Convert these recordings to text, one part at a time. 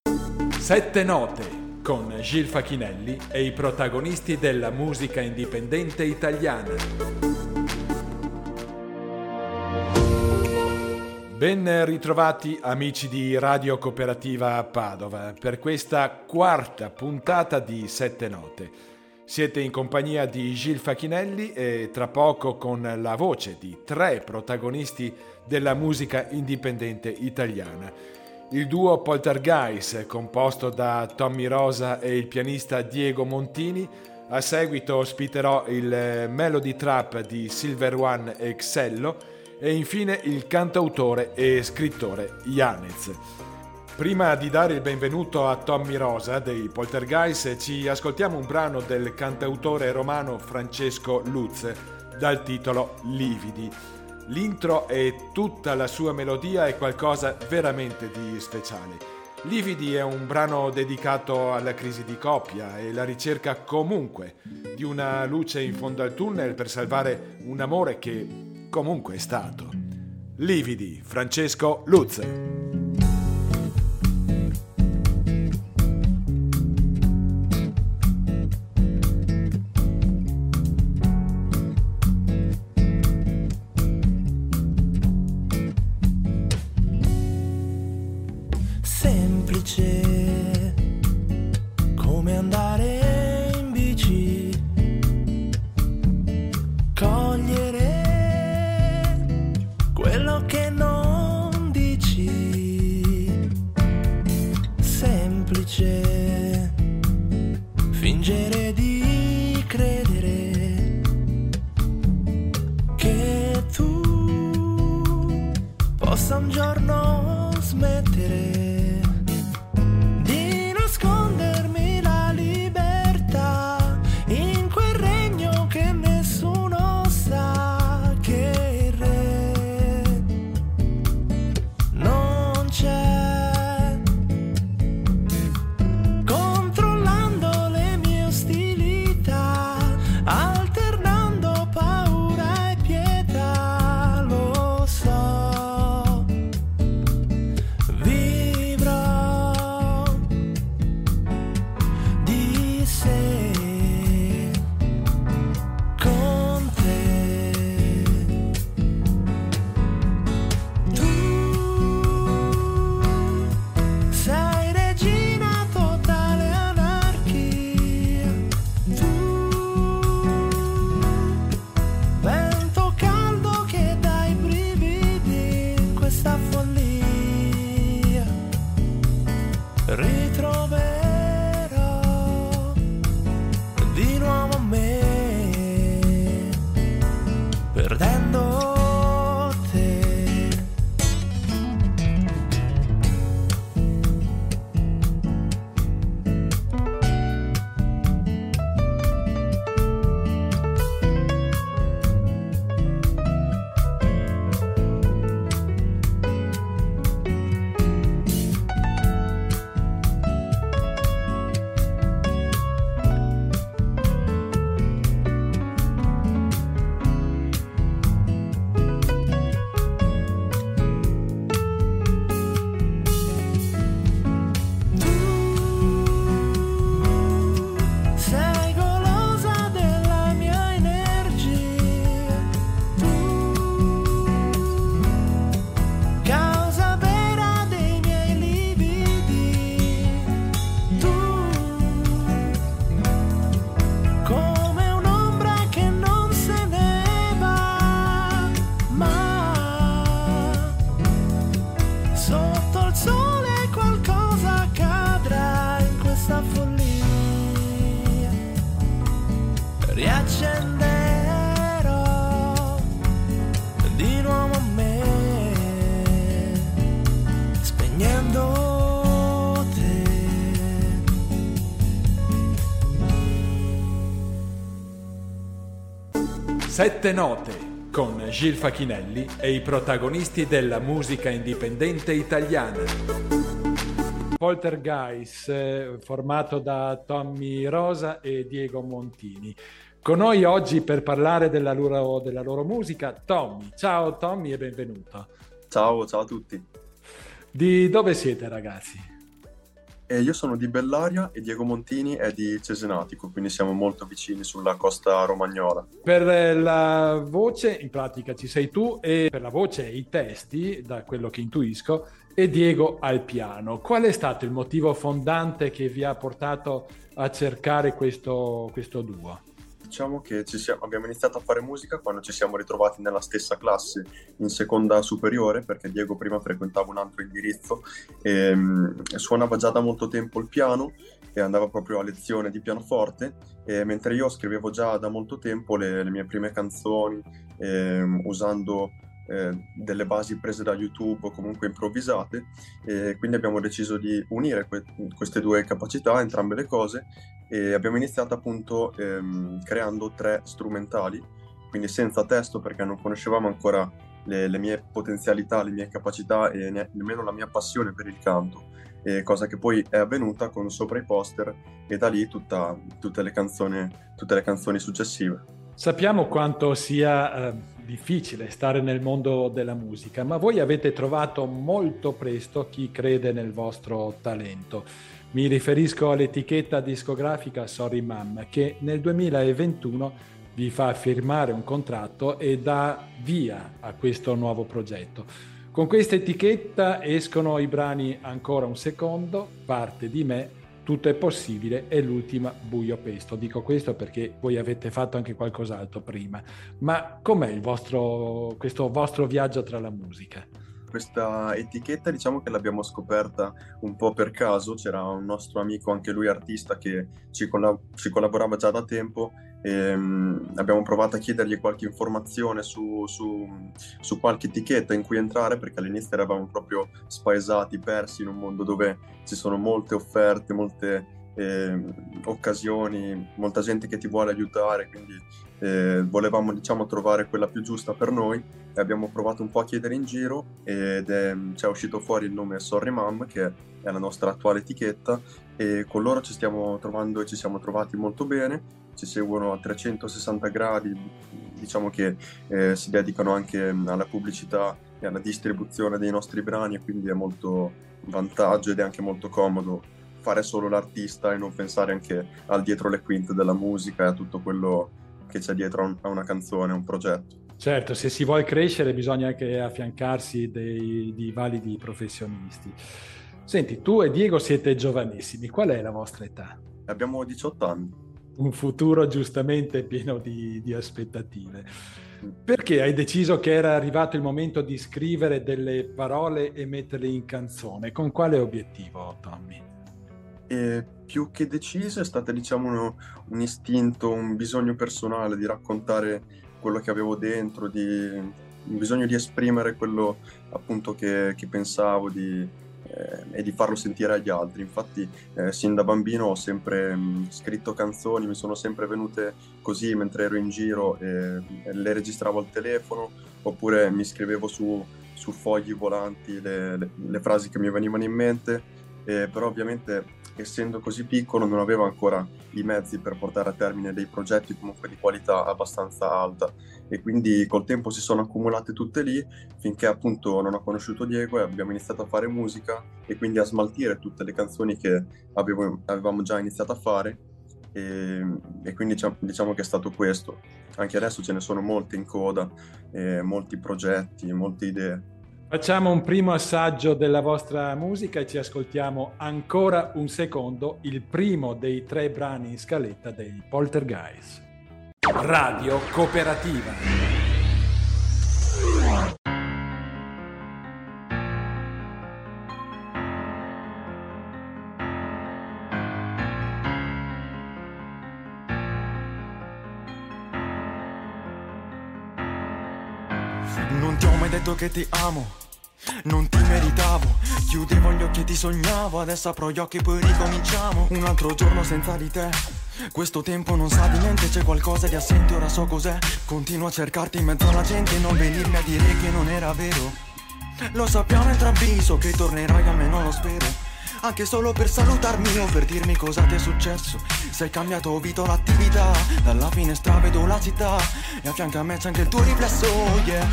Sette note con Gil Facchinelli e i protagonisti della musica indipendente italiana. Ben ritrovati amici di Radio Cooperativa Padova per questa quarta puntata di Sette note. Siete in compagnia di Gil Facchinelli e tra poco con la voce di tre protagonisti della musica indipendente italiana. Il duo Poltergeist, composto da Tommy Rosa e il pianista Diego Montini. A seguito ospiterò il Melody Trap di Silver One e Xello e infine il cantautore e scrittore Yanez. Prima di dare il benvenuto a Tommy Rosa dei Poltergeist, ci ascoltiamo un brano del cantautore romano Francesco Luz dal titolo Lividi. L'intro e tutta la sua melodia è qualcosa veramente di speciale. Lividi è un brano dedicato alla crisi di coppia e la ricerca comunque di una luce in fondo al tunnel per salvare un amore che comunque è stato. Lividi, Francesco Luz. Come andare in bici, cogliere quello che non dici, semplice fingere di credere che tu possa un giorno smettere riaccenderò di nuovo me, spegnendo te. Sette note con Gil Facchinelli e i protagonisti della musica indipendente italiana. Poltergeist, formato da Tommy Rosa e Diego Montini. Con noi oggi per parlare della loro musica, Tommy. Ciao Tommy e benvenuto. Ciao a tutti. Di dove siete, ragazzi? Io sono di Bellaria e Diego Montini è di Cesenatico, quindi siamo molto vicini sulla costa romagnola. Per la voce, in pratica, ci sei tu, e per la voce e i testi, da quello che intuisco, e Diego al piano. Qual è stato il motivo fondante che vi ha portato a cercare questo duo? Diciamo che abbiamo iniziato a fare musica quando ci siamo ritrovati nella stessa classe in seconda superiore, perché Diego prima frequentava un altro indirizzo e suonava già da molto tempo il piano e andava proprio a lezione di pianoforte, e mentre io scrivevo già da molto tempo le mie prime canzoni usando delle basi prese da YouTube o comunque improvvisate, e quindi abbiamo deciso di unire queste due capacità, entrambe le cose, e abbiamo iniziato appunto creando 3 strumentali, quindi senza testo, perché non conoscevamo ancora le mie potenzialità, le mie capacità e nemmeno la mia passione per il canto, cosa che poi è avvenuta con sopra i poster, e da lì tutte le canzoni successive. Sappiamo quanto sia difficile stare nel mondo della musica, ma voi avete trovato molto presto chi crede nel vostro talento. Mi riferisco all'etichetta discografica Sorry Mom, che nel 2021 vi fa firmare un contratto e dà via a questo nuovo progetto. Con questa etichetta escono i brani Ancora un secondo, Parte di me, Tutto è possibile e l'ultima Buio pesto. Dico questo perché voi avete fatto anche qualcos'altro prima. Ma com'è questo vostro viaggio tra la musica? Questa etichetta diciamo che l'abbiamo scoperta un po' per caso. C'era un nostro amico, anche lui artista, che ci collaborava già da tempo, e abbiamo provato a chiedergli qualche informazione su qualche etichetta in cui entrare, perché all'inizio eravamo proprio spaesati, persi in un mondo dove ci sono molte offerte, molte occasioni, molta gente che ti vuole aiutare, quindi volevamo diciamo trovare quella più giusta per noi, e abbiamo provato un po' a chiedere in giro ed ci è uscito fuori il nome Sorry Mom, che è la nostra attuale etichetta, e con loro ci stiamo trovando e ci siamo trovati molto bene. Ci seguono a 360 gradi, diciamo che si dedicano anche alla pubblicità e alla distribuzione dei nostri brani, e quindi è molto vantaggio ed è anche molto comodo fare solo l'artista e non pensare anche al dietro le quinte della musica e a tutto quello che c'è dietro a una canzone, a un progetto. Certo, se si vuole crescere bisogna anche affiancarsi di validi professionisti. Senti, tu e Diego siete giovanissimi, qual è la vostra età? Abbiamo 18 anni. Un futuro giustamente pieno di aspettative. Perché hai deciso che era arrivato il momento di scrivere delle parole e metterle in canzone? Con quale obiettivo, Tommy? E più che deciso è stato diciamo un istinto, un bisogno personale di raccontare quello che avevo dentro, un bisogno di esprimere quello appunto che pensavo e di farlo sentire agli altri. Infatti sin da bambino ho sempre scritto canzoni, mi sono sempre venute così mentre ero in giro, e le registravo al telefono, oppure mi scrivevo su fogli volanti le frasi che mi venivano in mente, però ovviamente essendo così piccolo non avevo ancora i mezzi per portare a termine dei progetti comunque di qualità abbastanza alta, e quindi col tempo si sono accumulate tutte lì, finché appunto non ho conosciuto Diego e abbiamo iniziato a fare musica, e quindi a smaltire tutte le canzoni che avevamo già iniziato a fare, e quindi diciamo che è stato questo. Anche adesso ce ne sono molte in coda, molti progetti, molte idee. Facciamo un primo assaggio della vostra musica e ci ascoltiamo Ancora un secondo, il primo dei 3 brani in scaletta dei Poltergeist. Radio Cooperativa. Non ti ho mai detto che ti amo, non ti meritavo. Chiudevo gli occhi e ti sognavo, adesso apro gli occhi e poi ricominciamo. Un altro giorno senza di te, questo tempo non sa di niente, c'è qualcosa di assente, ora so cos'è. Continuo a cercarti in mezzo alla gente, non venirmi a dire che non era vero. Lo sappiamo a intraviso che tornerai, almeno lo spero. Anche solo per salutarmi o per dirmi cosa ti è successo. Sei cambiato, ho vinto l'attività, dalla finestra vedo la città e a fianco a me c'è anche il tuo riflesso, yeah.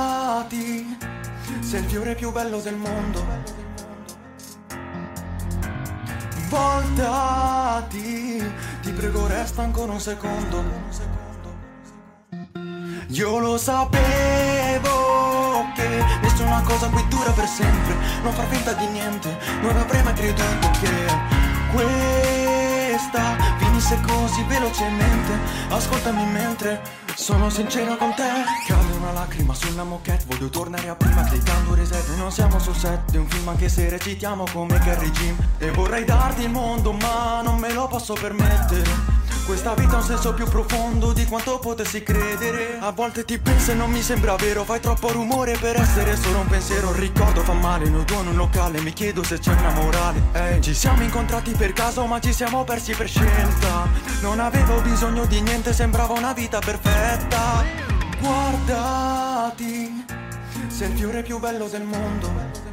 Guardati, sei il fiore più bello del mondo. Voltati, ti prego resta ancora un secondo. Io lo sapevo che nessuna cosa qui dura per sempre. Non far finta di niente, non avrei mai creduto che questa finisse così velocemente. Ascoltami mentre sono sincero con te. Cade una lacrima sulla moquette, voglio tornare a prima cliccando reset. Noi non siamo sul set di un film anche se recitiamo come Gary Jim. E vorrei darti il mondo ma non me lo posso permettere. Questa vita ha un senso più profondo di quanto potessi credere. A volte ti penso e non mi sembra vero. Fai troppo rumore per essere solo un pensiero. Un ricordo fa male, noi due in un locale. Mi chiedo se c'è una morale. Ci siamo incontrati per caso ma ci siamo persi per scelta. Non avevo bisogno di niente, sembrava una vita perfetta. Guardati, sei il fiore più bello del mondo.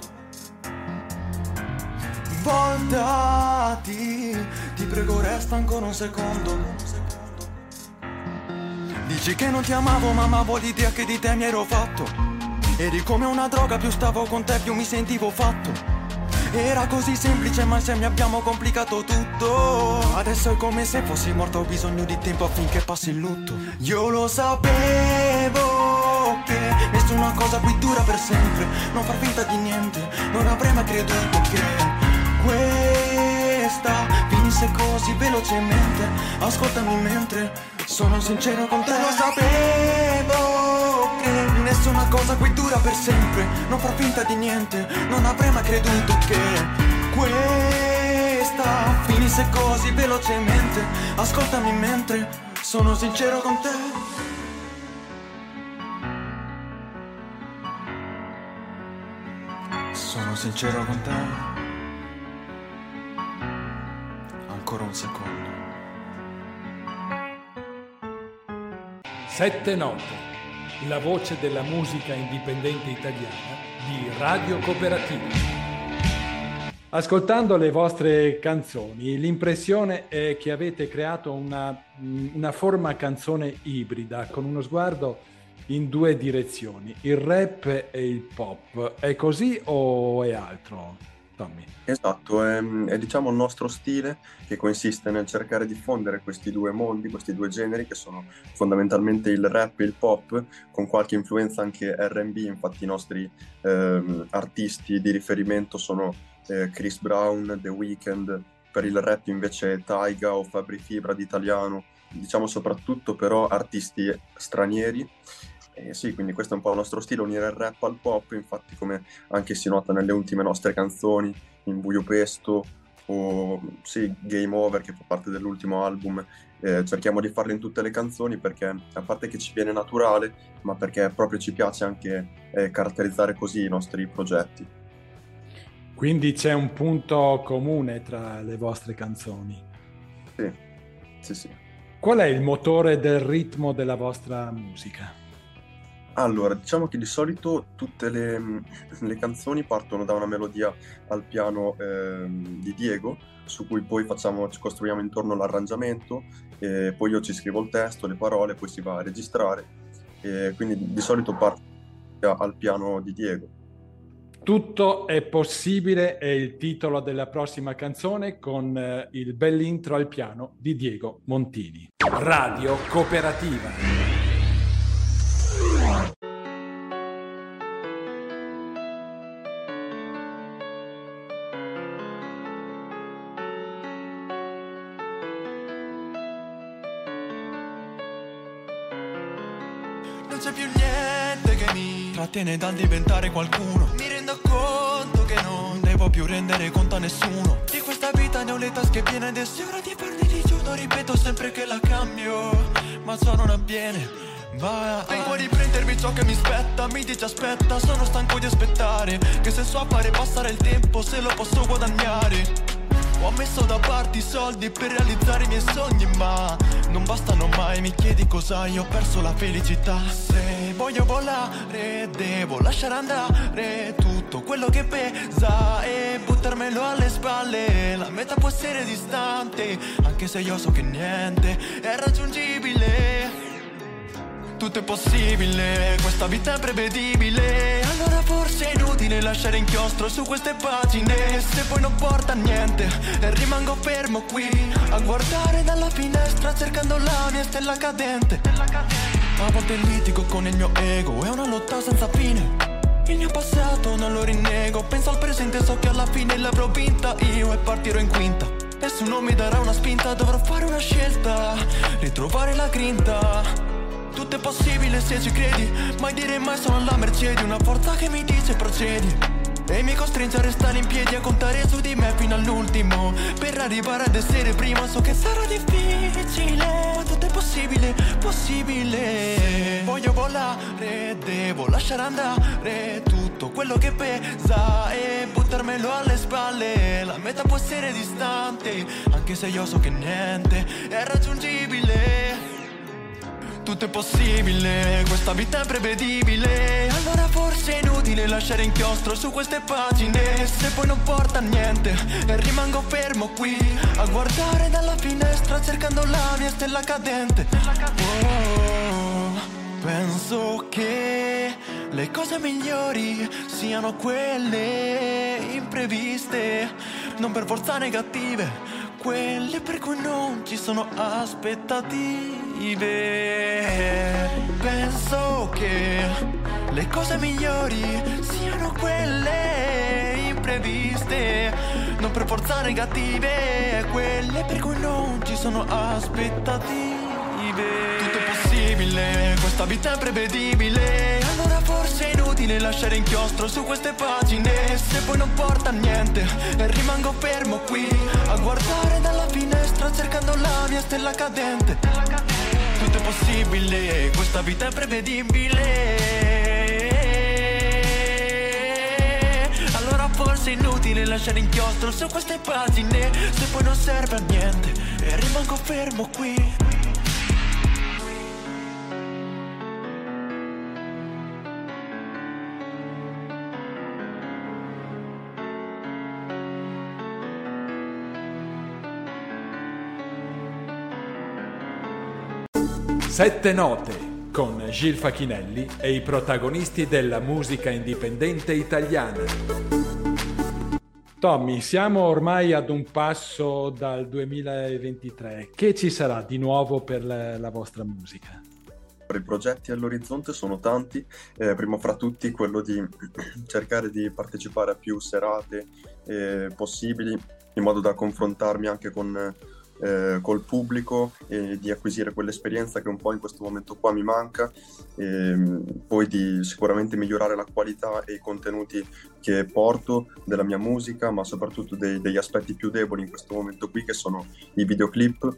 Voltati, ti prego resta ancora un secondo. Dici che non ti amavo ma amavo l'idea che di te mi ero fatto. Eri come una droga, più stavo con te più mi sentivo fatto. Era così semplice ma insieme abbiamo complicato tutto. Adesso è come se fossi morto, ho bisogno di tempo affinché passi il lutto. Io lo sapevo che nessuna cosa qui dura per sempre. Non far finta di niente, non avrei mai creduto che questa finisse così velocemente. Ascoltami mentre sono sincero con te. Lo sapevo che nessuna cosa qui dura per sempre. Non far finta di niente, non avrei mai creduto che questa finisse così velocemente. Ascoltami mentre sono sincero con te. Sono sincero con te. Ancora un secondo. 7 note, la voce della musica indipendente italiana di Radio Cooperativa. Ascoltando le vostre canzoni, l'impressione è che avete creato una forma canzone ibrida con uno sguardo in due direzioni, il rap e il pop. È così o è altro, Tommy? Esatto, è diciamo il nostro stile che consiste nel cercare di fondere questi due mondi, questi due generi che sono fondamentalmente il rap e il pop, con qualche influenza anche R&B. Infatti i nostri artisti di riferimento sono Chris Brown, The Weeknd, per il rap invece Taiga o Fabri Fibra di italiano, diciamo soprattutto però artisti stranieri. Sì, quindi questo è un po' il nostro stile, unire il rap al pop. Infatti, come anche si nota nelle ultime nostre canzoni, in Buio Pesto o sì, Game Over, che fa parte dell'ultimo album, cerchiamo di farlo in tutte le canzoni perché, a parte che ci viene naturale, ma perché proprio ci piace anche caratterizzare così i nostri progetti. Quindi c'è un punto comune tra le vostre canzoni. Sì. Qual è il motore del ritmo della vostra musica? Allora, diciamo che di solito tutte le canzoni partono da una melodia al piano di Diego, su cui poi ci costruiamo intorno l'arrangiamento, e poi io ci scrivo il testo, le parole, poi si va a registrare, e quindi di solito parte al piano di Diego. Tutto è possibile è il titolo della prossima canzone, con il bell'intro al piano di Diego Montini. Radio Cooperativa. Non c'è più niente che mi trattiene dal diventare qualcuno. Mi rendo conto che non devo più rendere conto a nessuno. Di questa vita ne ho le tasche piene ed è ora di farne di giù. Ripeto sempre che la cambio, ma ciò non avviene. Vengo a riprendermi ciò che mi spetta. Mi dice aspetta, sono stanco di aspettare. Che senso ha fare passare il tempo se lo posso guadagnare? Ho messo da parte i soldi per realizzare i miei sogni, ma non bastano mai. Mi chiedi cosa io ho perso la felicità. Se voglio volare devo lasciare andare tutto quello che pesa e buttarmelo alle spalle. La meta può essere distante, anche se io so che niente è raggiungibile. Tutto è possibile, questa vita è prevedibile. Allora forse è inutile lasciare inchiostro su queste pagine, se poi non porta a niente e rimango fermo qui a guardare dalla finestra cercando la mia stella cadente. A volte litigo con il mio ego, è una lotta senza fine. Il mio passato non lo rinnego, penso al presente, so che alla fine l'avrò vinta io e partirò in quinta. Nessuno mi darà una spinta, dovrò fare una scelta, ritrovare la grinta. Tutto è possibile se ci credi, mai dire mai sono alla mercé di una forza che mi dice procedi e mi costringe a restare in piedi, a contare su di me fino all'ultimo per arrivare ad essere prima. So che sarà difficile, ma tutto è possibile, possibile. Voglio volare, devo lasciare andare tutto quello che pesa e buttarmelo alle spalle. La meta può essere distante, anche se io so che niente è raggiungibile. Tutto è possibile, questa vita è prevedibile. Allora forse è inutile lasciare inchiostro su queste pagine, se poi non porta a niente e rimango fermo qui a guardare dalla finestra cercando la mia stella cadente. Penso che le cose migliori siano quelle impreviste, non per forza negative, quelle per cui non ci sono aspettative. Penso che le cose migliori siano quelle impreviste, non per forza negative, quelle per cui non ci sono aspettative. Tutto è possibile, questa vita è prevedibile. Allora forse è inutile lasciare inchiostro su queste pagine, se poi non porta a niente e rimango fermo qui a guardare dalla finestra cercando la mia stella cadente. Tutto è possibile, questa vita è prevedibile. Allora forse è inutile lasciare inchiostro su queste pagine, se poi non serve a niente e rimango fermo qui. Sette note con Gil Facchinelli e i protagonisti della musica indipendente italiana. Tommy, siamo ormai ad un passo dal 2023. Che ci sarà di nuovo per la vostra musica? I progetti all'orizzonte sono tanti, primo fra tutti quello di cercare di partecipare a più serate possibili, in modo da confrontarmi anche col pubblico e di acquisire quell'esperienza che un po' in questo momento qua mi manca, poi di sicuramente migliorare la qualità e i contenuti che porto della mia musica, ma soprattutto degli aspetti più deboli in questo momento qui, che sono i videoclip,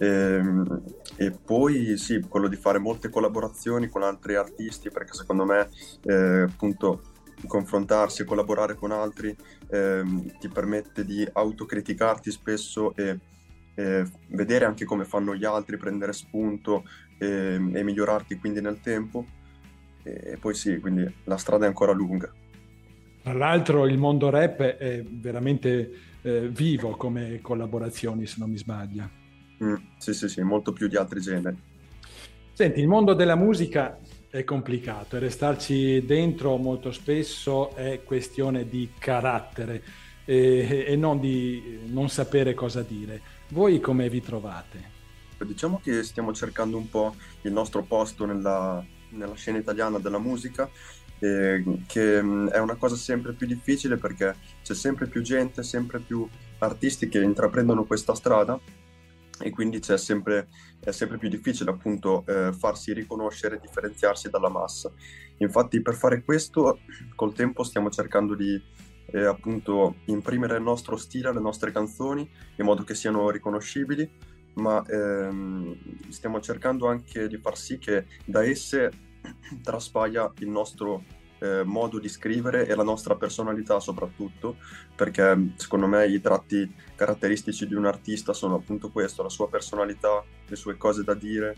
e poi sì, quello di fare molte collaborazioni con altri artisti, perché secondo me appunto confrontarsi e collaborare con altri ti permette di autocriticarti spesso e vedere anche come fanno gli altri, prendere spunto e migliorarti quindi nel tempo. E poi sì, quindi la strada è ancora lunga. Tra l'altro il mondo rap è veramente vivo come collaborazioni, se non mi sbaglio. Sì, molto più di altri generi. Senti, il mondo della musica è complicato e restarci dentro molto spesso è questione di carattere e non di non sapere cosa dire. Voi come vi trovate? Diciamo che stiamo cercando un po' il nostro posto nella scena italiana della musica, che è una cosa sempre più difficile perché c'è sempre più gente, sempre più artisti che intraprendono questa strada e quindi è sempre più difficile appunto farsi riconoscere e differenziarsi dalla massa. Infatti per fare questo col tempo stiamo cercando di appunto imprimere il nostro stile alle nostre canzoni in modo che siano riconoscibili, ma stiamo cercando anche di far sì che da esse traspaia il nostro modo di scrivere e la nostra personalità soprattutto, perché secondo me i tratti caratteristici di un artista sono appunto questo, la sua personalità, le sue cose da dire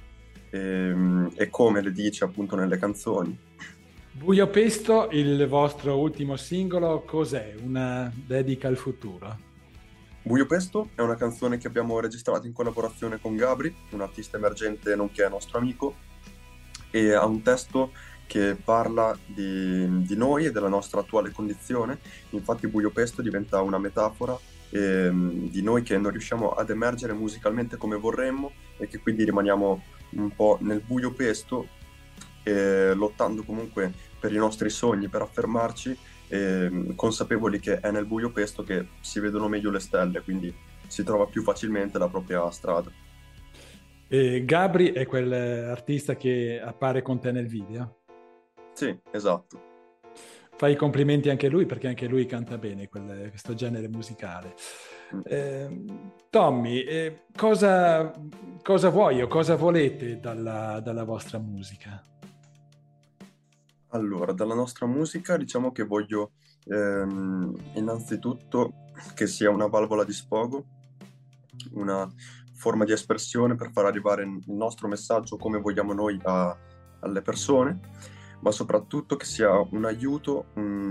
e come le dice appunto nelle canzoni. Buio Pesto, il vostro ultimo singolo, cos'è? Una dedica al futuro? Buio Pesto è una canzone che abbiamo registrato in collaborazione con Gabri, un artista emergente nonché nostro amico, e ha un testo che parla di noi e della nostra attuale condizione. Infatti Buio Pesto diventa una metafora di noi che non riusciamo ad emergere musicalmente come vorremmo e che quindi rimaniamo un po' nel buio pesto, lottando comunque per i nostri sogni, per affermarci, consapevoli che è nel buio pesto che si vedono meglio le stelle, quindi si trova più facilmente la propria strada. Gabri è quell'artista che appare con te nel video? Sì, esatto. Fai i complimenti anche a lui, perché anche lui canta bene questo genere musicale. Tommy, cosa vuoi o cosa volete dalla vostra musica? Allora, dalla nostra musica diciamo che voglio innanzitutto che sia una valvola di sfogo, una forma di espressione per far arrivare il nostro messaggio come vogliamo noi alle persone, ma soprattutto che sia un aiuto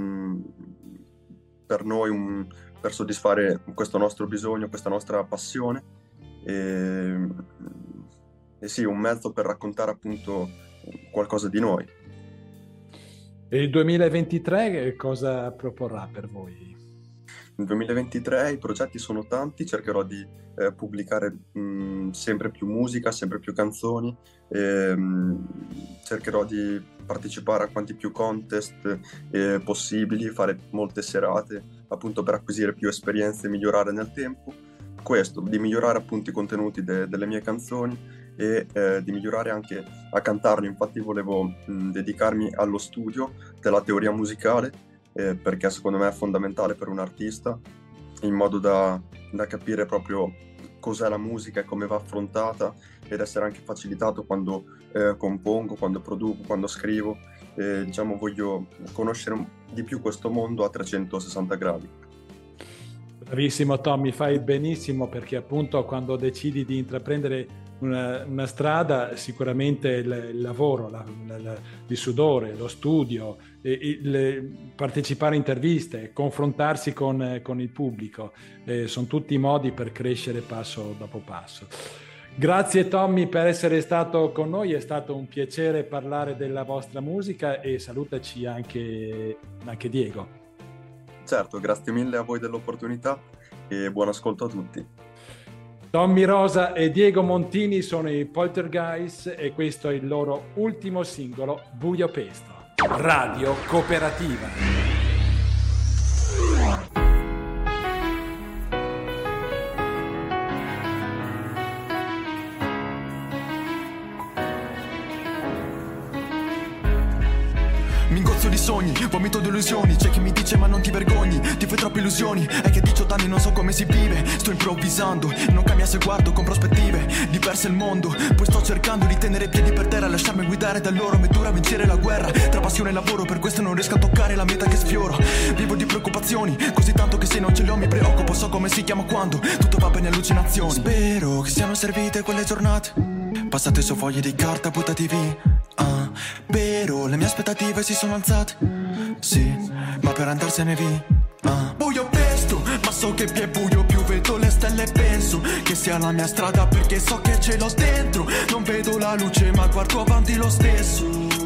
per noi, per soddisfare questo nostro bisogno, questa nostra passione, e sì, un mezzo per raccontare appunto qualcosa di noi. E il 2023 cosa proporrà per voi? Nel 2023 i progetti sono tanti, cercherò di pubblicare sempre più musica, sempre più canzoni, cercherò di partecipare a quanti più contest possibili, fare molte serate appunto per acquisire più esperienze e migliorare nel tempo. Questo, di migliorare appunto i contenuti delle mie canzoni e di migliorare anche a cantarle. Infatti volevo dedicarmi allo studio della teoria musicale, perché secondo me è fondamentale per un artista, in modo da capire proprio cos'è la musica e come va affrontata, ed essere anche facilitato quando compongo, quando produco, quando scrivo. Diciamo, voglio conoscere di più questo mondo a 360 gradi. Bravissimo Tommy, fai benissimo, perché appunto quando decidi di intraprendere una strada, sicuramente il lavoro, il sudore, lo studio, partecipare a interviste, confrontarsi con il pubblico, sono tutti modi per crescere passo dopo passo. Grazie Tommy per essere stato con noi, è stato un piacere parlare della vostra musica, e salutaci anche Diego. Certo, grazie mille a voi dell'opportunità e buon ascolto a tutti. Tommy Rosa e Diego Montini sono i Poltergeist e questo è il loro ultimo singolo, Buio Pesto. Radio Cooperativa. Di sogni, vomito delusioni, c'è chi mi dice ma non ti vergogni, ti fai troppe illusioni, è che a 18 anni non so come si vive, sto improvvisando, non cambia se guardo con prospettive, diverse il mondo, poi sto cercando di tenere piedi per terra, lasciarmi guidare da loro, mettore a vincere la guerra, tra passione e lavoro, per questo non riesco a toccare la meta che sfioro, vivo di preoccupazioni, così tanto che se non ce le ho mi preoccupo, so come si chiama quando tutto va bene, allucinazioni, spero che siano servite quelle giornate, passate su fogli di carta buttati via. Però le mie aspettative si sono alzate, sì, ma per andarsene via. Buio pesto, ma so che più è buio più vedo le stelle e penso che sia la mia strada, perché so che ce l'ho dentro. Non vedo la luce ma guardo avanti lo stesso.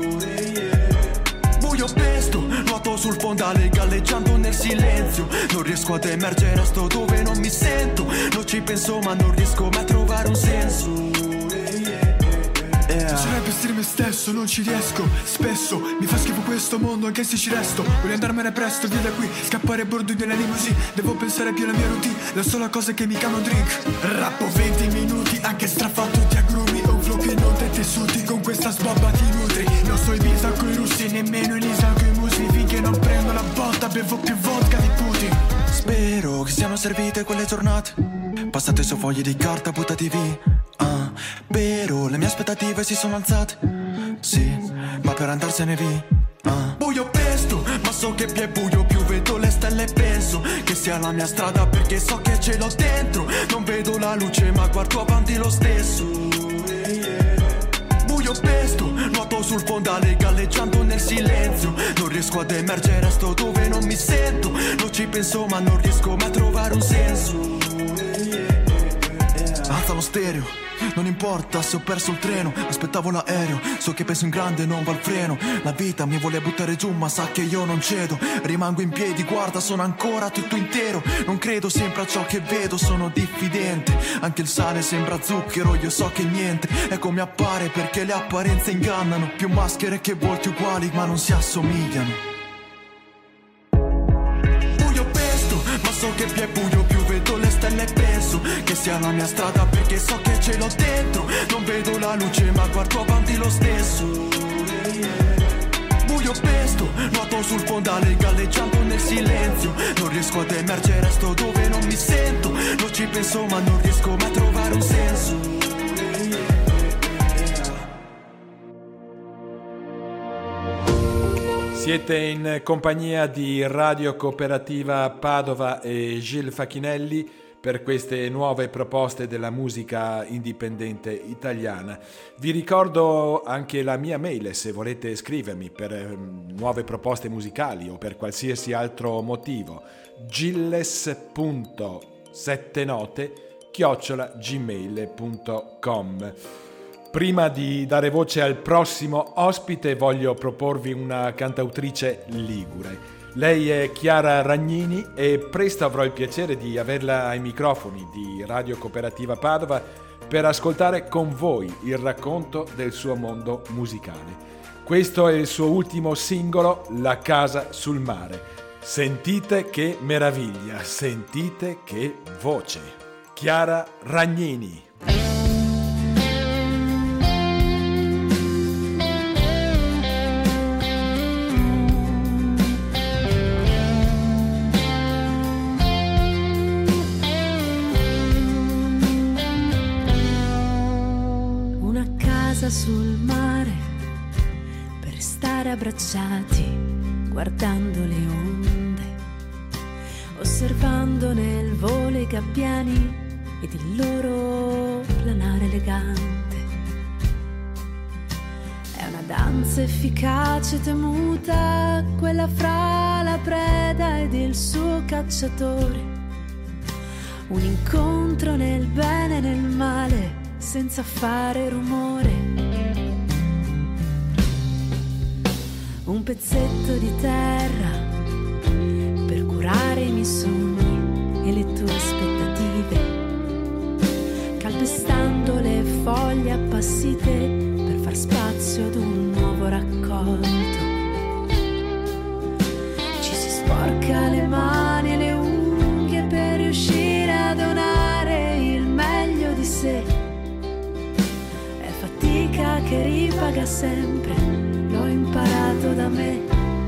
Buio pesto, nuoto sul fondale galleggiando nel silenzio. Non riesco ad emergere, sto dove non mi sento. Non ci penso ma non riesco mai a trovare un senso. Piacerebbe essere me stesso, non ci riesco. Spesso mi fa schifo questo mondo anche se ci resto. Voglio andarmene presto via da qui, scappare a bordo della limousine. Devo pensare più alla mia routine, la sola cosa che mi calma un drink. Rappo 20 minuti, anche strafatto di agrumi. Un flow che non te tessuti, con questa sbobba ti nutri. Non sto in visa coi russi, nemmeno in Isa coi musli. Finché non prendo la botta, bevo più vodka di Putin. Spero che siano servite quelle giornate, passate su fogli di carta buttati via. Però le mie aspettative si sono alzate, sì, ma per andarsene via. Buio pesto, ma so che più è buio più vedo le stelle e penso che sia la mia strada, perché so che ce l'ho dentro. Non vedo la luce ma guardo avanti lo stesso. Buio pesto, nuoto sul fondale galleggiando nel silenzio. Non riesco ad emergere, sto dove non mi sento. Non ci penso ma non riesco mai a trovare un senso. Alza lo stereo, Non importa se ho perso il treno, aspettavo l'aereo, so che peso in grande non va il freno. La vita mi vuole buttare giù ma sa che io non cedo. Rimango in piedi, guarda sono ancora tutto intero. Non credo sempre a ciò che vedo, sono diffidente. Anche il sale sembra zucchero, io so che niente è come appare, perché le apparenze ingannano. Più maschere che volti uguali ma non si assomigliano. Ma so che più è buio più vedo le stelle e penso che sia la mia strada, perché so che ce l'ho dentro. Non vedo la luce ma guardo avanti lo stesso. Buio pesto, nuoto sul fondale galleggiando nel silenzio. Non riesco ad emergere, resto dove non mi sento. Non ci penso ma non riesco mai a trovare un senso. Siete in compagnia di Radio Cooperativa Padova e Gil Facchinelli per queste nuove proposte della musica indipendente italiana. Vi ricordo anche la mia mail se volete scrivermi per nuove proposte musicali o per qualsiasi altro motivo. gilles.settenote@gmail.com. Prima di dare voce al prossimo ospite voglio proporvi una cantautrice ligure. Lei è Chiara Ragnini e presto avrò il piacere di averla ai microfoni di Radio Cooperativa Padova per ascoltare con voi il racconto del suo mondo musicale. Questo è il suo ultimo singolo, La casa sul mare. Sentite che meraviglia, sentite che voce. Chiara Ragnini. Sul mare per stare abbracciati, guardando le onde, osservando nel volo i gabbiani ed il loro planare elegante. È una danza efficace temuta, quella fra la preda ed il suo cacciatore. Un incontro nel bene e nel male, senza fare rumore. Un pezzetto di terra per curare i miei sogni e le tue aspettative, calpestando le foglie appassite per far spazio ad un nuovo raccolto. Ci si sporca le mani e le unghie per riuscire a donare il meglio di sé. È fatica che ripaga sempre, l'ho imparato da me.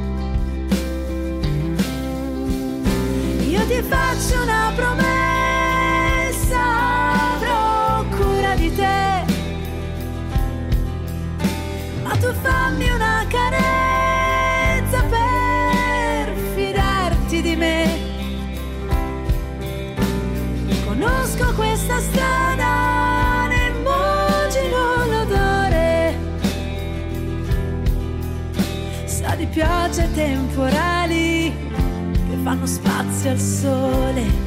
Io ti faccio una promessa, avrò cura di te, ma tu fammi una carezza per fidarti di me. Conosco questa strada, ne immagino l'odore, sa di piogge temporali che fanno spazio al sole.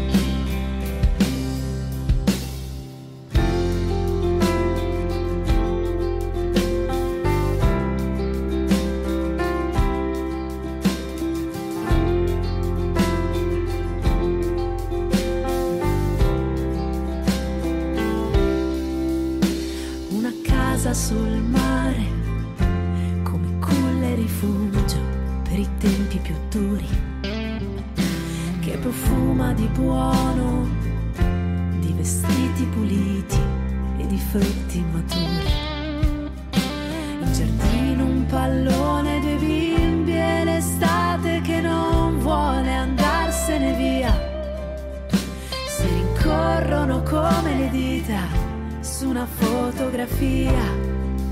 Una casa sul mare, come culla e rifugio per i tempi più duri, che profuma di buono, di vestiti puliti e di frutti maturi. In giardino un pallone, due bimbi e l'estate che non vuole andarsene via. Si rincorrono come le dita su una fotografia.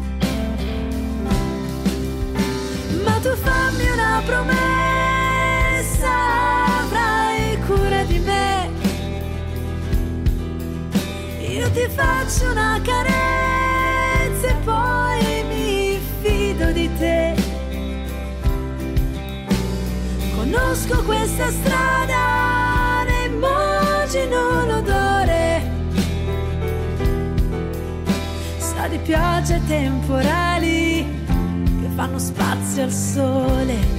Ma tu fammi una promessa, avrai cura di me. Io ti faccio una carezza e poi mi fido di te. Conosco questa strada, ne immagino l'odore, piogge temporali che fanno spazio al sole.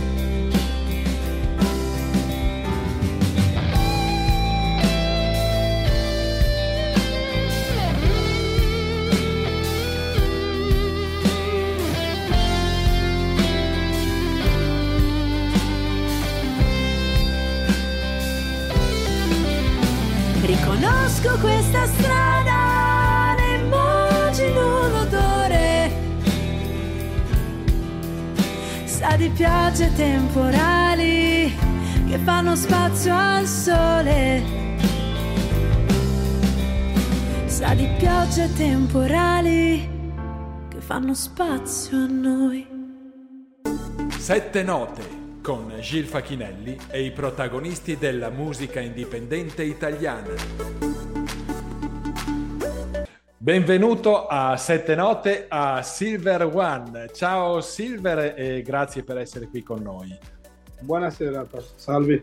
Riconosco questa strada, ne immagino l'odore. Sa di piogge temporali che fanno spazio al sole. Sa di piogge temporali che fanno spazio a noi. Sette note con Gil Facchinelli e i protagonisti della musica indipendente italiana. Benvenuto a Sette Note a Silver One. Ciao Silver e grazie per essere qui con noi. Buonasera, salve.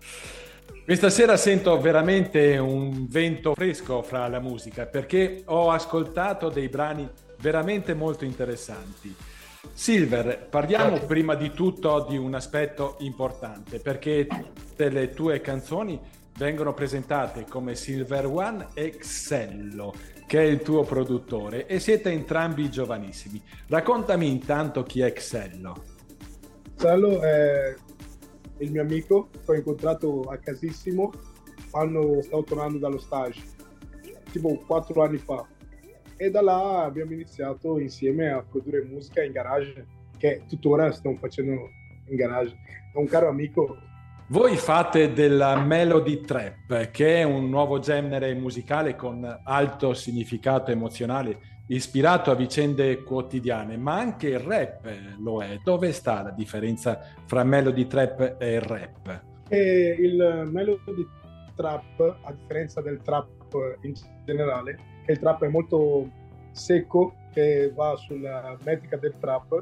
Questa sera sento veramente un vento fresco fra la musica perché ho ascoltato dei brani veramente molto interessanti. Silver, parliamo prima di tutto di un aspetto importante perché tutte le tue canzoni vengono presentate come Silver One e Xello, che è il tuo produttore, e siete entrambi giovanissimi. Raccontami intanto chi è Xello. Xello è il mio amico che ho incontrato a casissimo quando stavo tornando dallo stage, tipo 4 anni fa. E da là abbiamo iniziato insieme a produrre musica in garage, che tuttora stiamo facendo in garage. È un caro amico. Voi fate della melody trap, che è un nuovo genere musicale con alto significato emozionale, ispirato a vicende quotidiane, ma anche il rap lo è. Dove sta la differenza fra melody trap e il rap? E il melody trap, a differenza del trap in generale, che il trap è molto secco, che va sulla metrica del trap,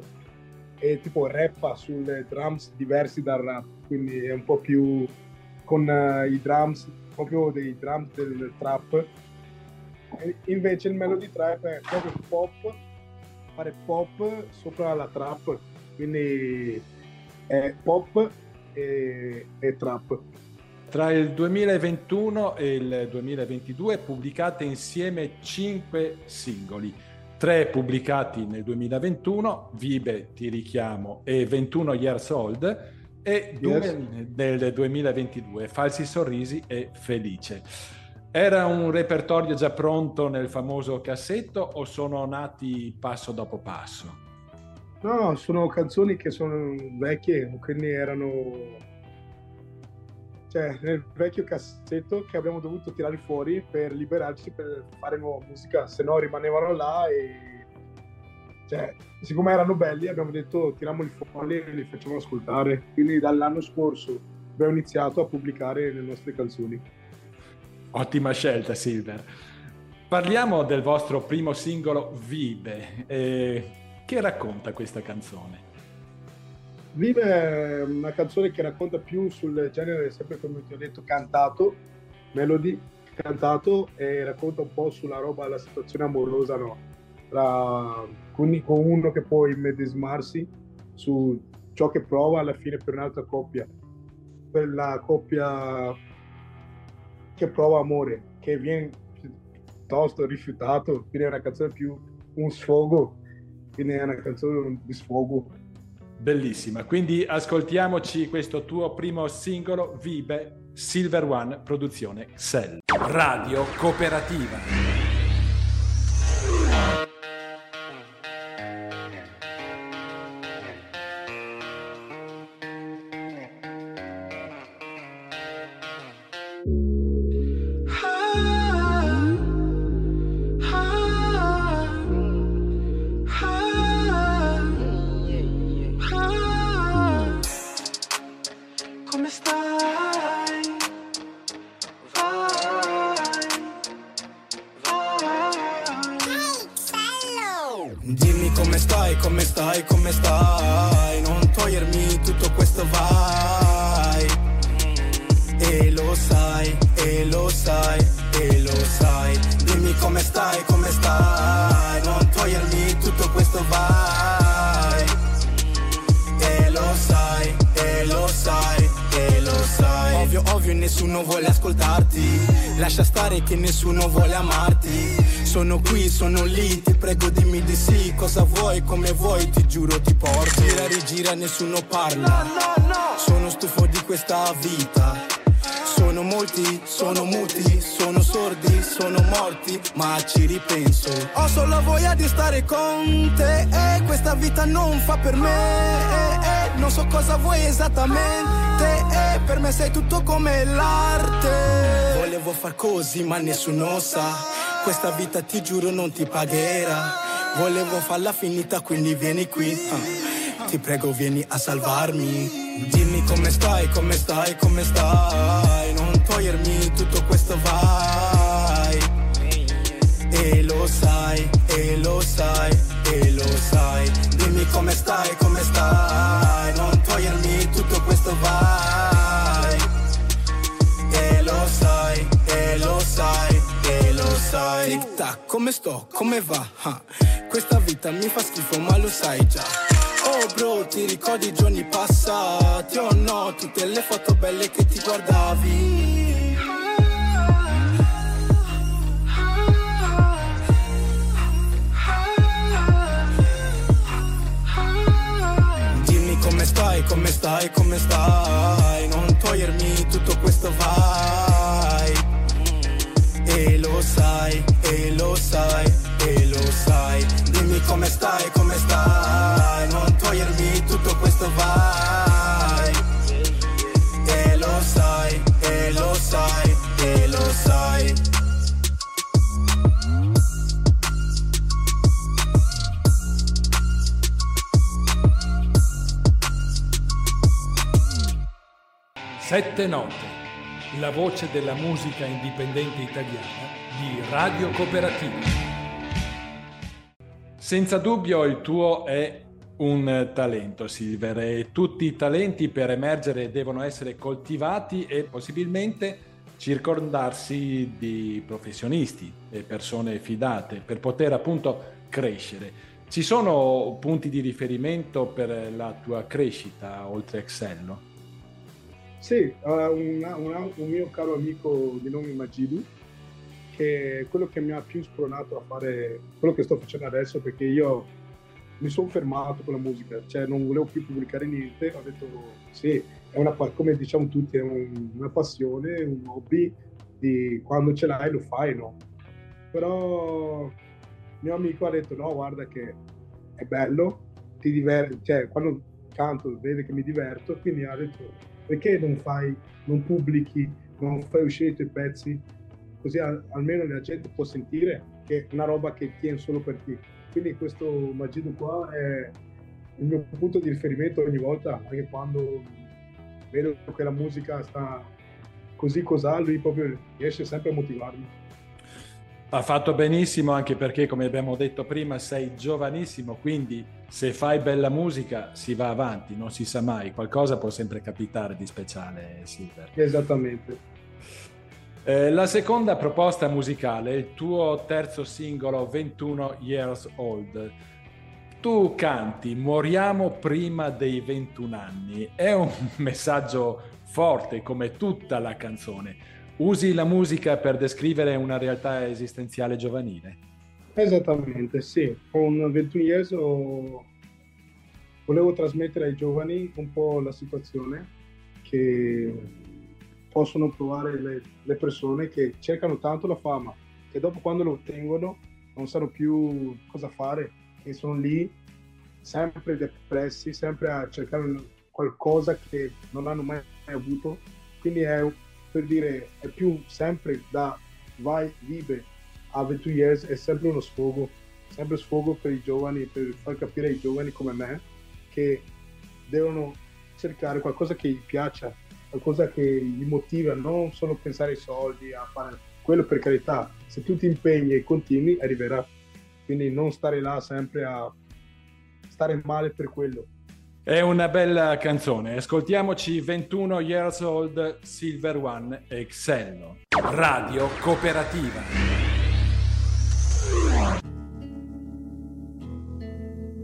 e tipo rappa sulle drums diversi dal rap, quindi è un po' più con i drums, proprio dei drums del trap. E invece il melody trap è proprio pop, fare pop sopra la trap, quindi è pop e trap. Tra il 2021 e il 2022 pubblicate insieme 5 singoli, 3 pubblicati nel 2021, Vibe, Ti richiamo e 21 Years Old, e 2 nel 2022, Falsi sorrisi e Felice. Era un repertorio già pronto nel famoso cassetto o sono nati passo dopo passo? No, sono canzoni che sono vecchie, quindi erano... Cioè, nel vecchio cassetto che abbiamo dovuto tirare fuori per liberarci, per fare nuova musica, se no rimanevano là e... Cioè, siccome erano belli, abbiamo detto tiriamoli fuori e li facciamo ascoltare. Quindi dall'anno scorso abbiamo iniziato a pubblicare le nostre canzoni. Ottima scelta, Silver. Parliamo del vostro primo singolo, Vive. Che racconta questa canzone? Vive è una canzone che racconta più sul genere, sempre come ti ho detto, cantato, melody, cantato, e racconta un po' sulla roba, la situazione amorosa, no? Con uno che può immedesimarsi su ciò che prova alla fine per un'altra coppia. Quella coppia che prova amore, che viene piuttosto rifiutato, quindi è una canzone più un sfogo, quindi è una canzone di sfogo. Bellissima, quindi ascoltiamoci questo tuo primo singolo, Vibe, Silver One, produzione Xello. Radio Cooperativa. Dimmi come stai, non togliermi tutto questo vai. E lo sai, e lo sai, e lo sai. Dimmi come stai, non togliermi questo vai. E lo sai, e lo sai, e lo sai. Ovvio, ovvio, nessuno vuole ascoltarti. Lascia stare che nessuno vuole amarti. Sono qui, sono lì, ti prego dimmi di sì. Cosa vuoi, come vuoi, ti giuro ti porto. Gira, rigira, nessuno parla. Sono stufo di questa vita. Sono molti, sono muti, sono sordi, sono morti, ma ci ripenso. Ho solo voglia di stare con te, questa vita non fa per me, non so cosa vuoi esattamente, per me sei tutto come l'arte. Volevo far così ma nessuno sa, questa vita ti giuro non ti pagherà. Volevo farla finita quindi vieni qui, ti prego vieni a salvarmi. Dimmi come stai, come stai, come stai. Non togliermi tutto questo vai. E lo sai, e lo sai, e lo sai. Dimmi come stai, come stai. Non togliermi tutto questo vai. E lo sai, e lo sai, e lo sai. Tic tac, come sto, come va? Questa vita mi fa schifo ma lo sai già. Oh bro, ti ricordi i giorni passati? Oh no, tutte le foto belle che ti guardavi. Dimmi come stai, come stai, come stai. Non togliermi tutto questo vai. E lo sai, e lo sai, e lo sai. Dimmi come stai, come stai. Non togliermi tutto questo vai. E lo sai, e lo sai, e lo sai. Sette note, la voce della musica indipendente italiana di Radio Cooperativa. Senza dubbio il tuo è un talento, Silver, e tutti i talenti per emergere devono essere coltivati e possibilmente circondarsi di professionisti e persone fidate per poter appunto crescere. Ci sono punti di riferimento per la tua crescita oltre Excello? Sì, un mio caro amico di nome Magidu, che è quello che mi ha più spronato a fare quello che sto facendo adesso, perché io mi sono fermato con la musica, cioè non volevo più pubblicare niente, ho detto sì, è una, come diciamo tutti, è una passione, un hobby, di quando ce l'hai lo fai, no? Però mio amico ha detto no, guarda che è bello, ti diverti, cioè quando canto vede che mi diverto, quindi ha detto perché non pubblichi, non fai uscire i tuoi pezzi, così almeno la gente può sentire che è una roba che tiene solo per te. Quindi questo Magido qua è il mio punto di riferimento ogni volta, anche quando vedo che la musica sta così cos'ha, lui proprio riesce sempre a motivarmi. Ha fatto benissimo, anche perché, come abbiamo detto prima, sei giovanissimo, quindi se fai bella musica si va avanti, non si sa mai, qualcosa può sempre capitare di speciale, Silver. Esattamente. La seconda proposta musicale, il tuo terzo singolo, 21 Years Old. Tu canti "Moriamo prima dei 21 anni", è un messaggio forte come tutta la canzone. Usi la musica per descrivere una realtà esistenziale giovanile? Esattamente, sì. Con 21 Years volevo trasmettere ai giovani un po' la situazione che possono provare le persone che cercano tanto la fama, che dopo quando lo ottengono non sanno più cosa fare, e sono lì sempre depressi, sempre a cercare qualcosa che non hanno mai avuto. Quindi è, per dire, è più sempre da vai, vive a 21 years, è sempre uno sfogo per i giovani, per far capire ai giovani come me che devono cercare qualcosa che gli piaccia, qualcosa che li motiva, non solo pensare ai soldi, a fare quello, per carità, se tu ti impegni e continui arriverà, quindi non stare là sempre a stare male per quello. È una bella canzone, ascoltiamoci 21 Years Old, Silver One, Excello, Radio Cooperativa.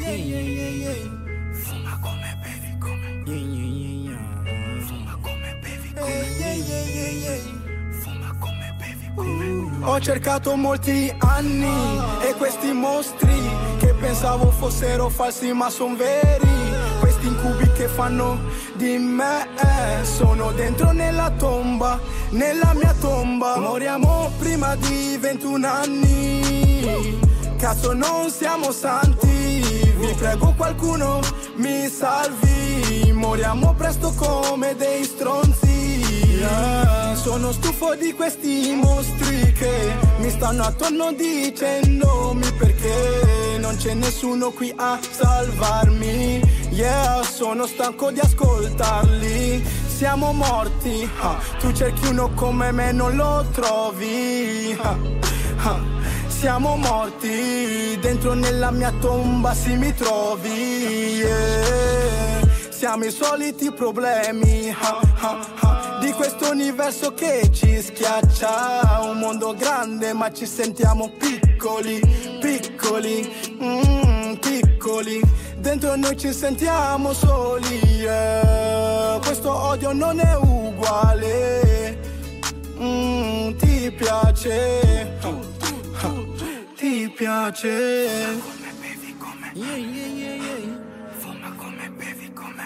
Fuma come bevi come. Fuma come bevi come. Fuma come bevi come. Ho cercato molti anni e questi mostri che pensavo fossero falsi ma son veri. Questi incubi che fanno di me sono dentro nella tomba, nella mia tomba. Moriamo prima di 21 anni. Cazzo non siamo santi, vi prego qualcuno mi salvi. Moriamo presto come dei stronzi. Sono stufo di questi mostri che mi stanno attorno dicendomi perché non c'è nessuno qui a salvarmi. Yeah, sono stanco di ascoltarli. Siamo morti, tu cerchi uno come me non lo trovi. Siamo morti, dentro nella mia tomba si mi trovi. Siamo i soliti problemi di questo universo che ci schiaccia. Un mondo grande ma ci sentiamo piccoli, piccoli, piccoli. Dentro noi ci sentiamo soli. Questo odio non è uguale. Ti piace? Ti piace? Fuma come bevi come. Fuma come bevi come.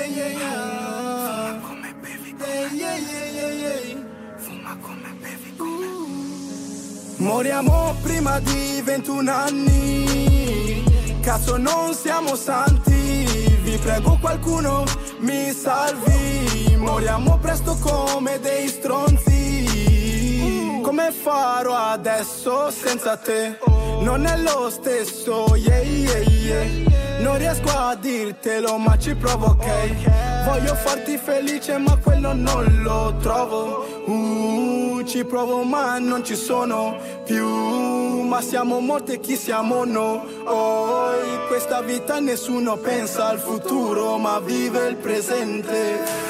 Fuma come bevi come. Fuma come bevi come. Moriamo prima di 21 anni. Cazzo non siamo santi, vi prego qualcuno mi salvi. Moriamo presto come dei stronzi. Come farò adesso senza te? Non è lo stesso, yeah, yeah, yeah. Non riesco a dirtelo ma ci provo, ok? Voglio farti felice ma quello non lo trovo. Ci provo ma non ci sono più. Ma siamo morti e chi siamo noi? Questa vita nessuno pensa al futuro ma vive il presente.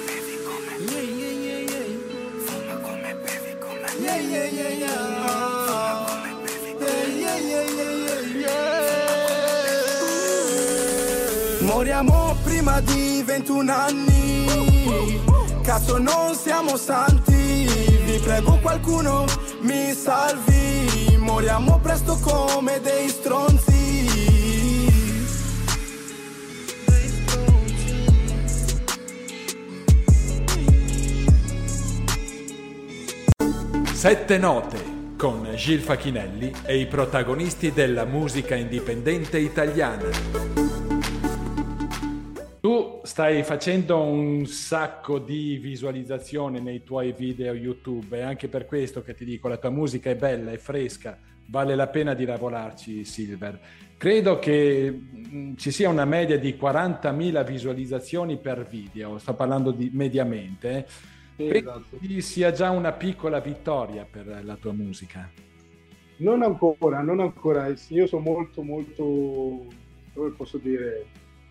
Moriamo prima di 21 anni. Cazzo non siamo santi, vi prego qualcuno mi salvi. Moriamo presto come dei stronzi. 7 note con Gil Facchinelli e i protagonisti della musica indipendente italiana. Tu stai facendo un sacco di visualizzazioni nei tuoi video YouTube, e anche per questo che ti dico, la tua musica è bella, è fresca, vale la pena di lavorarci, Silver. Credo che ci sia una media di 40.000 visualizzazioni per video, sto parlando di mediamente. Esatto. Pensi sia già una piccola vittoria per la tua musica? Non ancora. Io sono molto, come posso dire...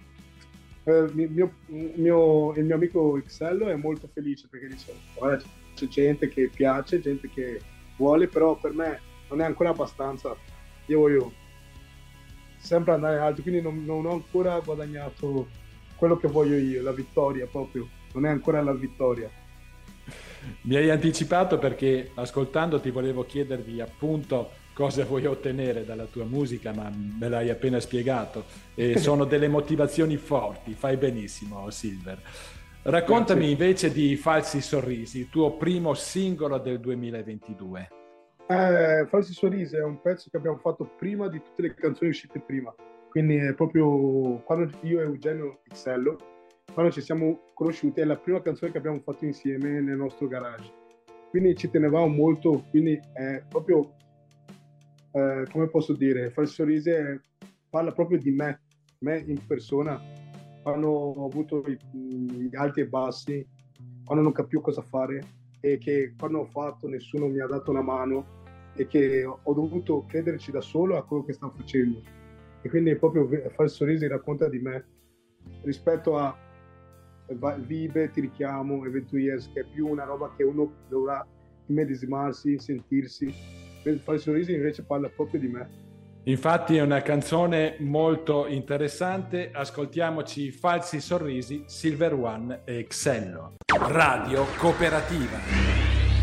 il mio amico Xello è molto felice perché dice guarda, c'è gente che piace, gente che vuole, però per me non è ancora abbastanza. Io voglio sempre andare alto, quindi non ho ancora guadagnato quello che voglio io, la vittoria proprio, non è ancora la vittoria. Mi hai anticipato perché ascoltandoti volevo chiedervi appunto cosa vuoi ottenere dalla tua musica, ma me l'hai appena spiegato e sono delle motivazioni forti, fai benissimo, Silver. Raccontami Grazie. Invece di Falsi Sorrisi, il tuo primo singolo del 2022. Falsi Sorrisi è un pezzo che abbiamo fatto prima di tutte le canzoni uscite prima, quindi è proprio quando io e Eugenio Xello, quando ci siamo conosciuti, è la prima canzone che abbiamo fatto insieme nel nostro garage, quindi ci tenevamo molto, quindi è proprio come posso dire, Falsi Sorrisi parla proprio di me in persona, quando ho avuto gli alti e bassi, quando non capivo cosa fare e che quando ho fatto nessuno mi ha dato una mano e che ho dovuto crederci da solo a quello che stavo facendo, e quindi proprio Falsi Sorrisi racconta di me rispetto a Vive, Ti richiamo e 20 Years, che è più una roba che uno dovrà immedesimarsi, sentirsi. Falsi Sorrisi invece parla proprio di me. Infatti è una canzone molto interessante. Ascoltiamoci Falsi sorrisi, Silver One e Xello. Radio Cooperativa.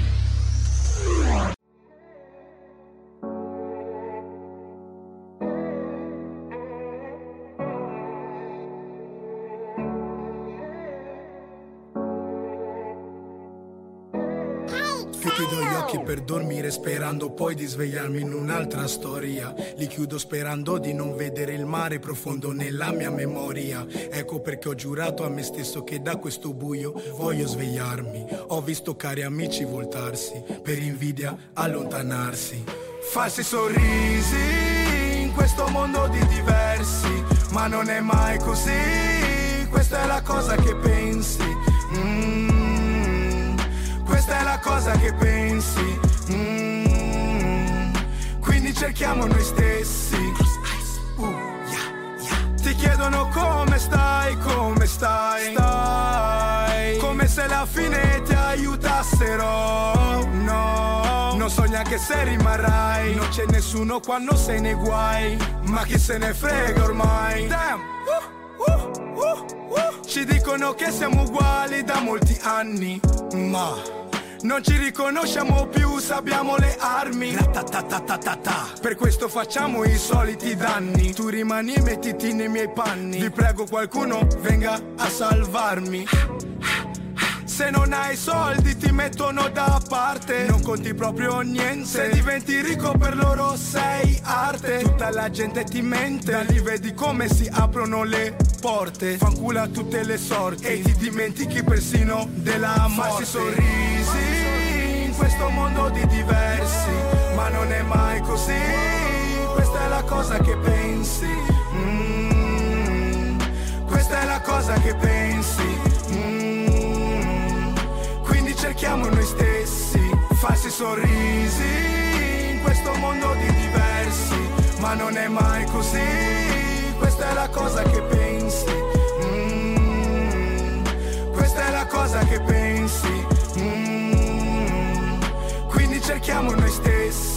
Chiudo gli occhi per dormire sperando poi di svegliarmi in un'altra storia. Li chiudo sperando di non vedere il mare profondo nella mia memoria. Ecco perché ho giurato a me stesso che da questo buio voglio svegliarmi. Ho visto cari amici voltarsi, per invidia allontanarsi. Falsi sorrisi in questo mondo di diversi, ma non è mai così. Questa è la cosa che pensi. Questa è la cosa che pensi. Quindi cerchiamo noi stessi. Ti chiedono come stai, come stai. Come se la fine ti aiutassero. No, non so neanche se rimarrai. Non c'è nessuno quando sei nei guai, ma chi se ne frega ormai. Damn. Ci dicono che siamo uguali da molti anni, ma non ci riconosciamo più se abbiamo le armi. Per questo facciamo i soliti danni. Tu rimani e mettiti nei miei panni. Vi prego qualcuno venga a salvarmi. Se non hai soldi ti mettono da parte. Non conti proprio niente. Se diventi ricco per loro sei arte. Tutta la gente ti mente. Da lì vedi come si aprono le porte. Fanculo a tutte le sorti e ti dimentichi persino della morte. Falsi sorrisi in questo mondo di diversi, ma non è mai così. Questa è la cosa che pensi. Questa è la cosa che pensi. Cerchiamo noi stessi, falsi sorrisi in questo mondo di diversi, ma non è mai così. Questa è la cosa che pensi. Questa è la cosa che pensi. Quindi cerchiamo noi stessi.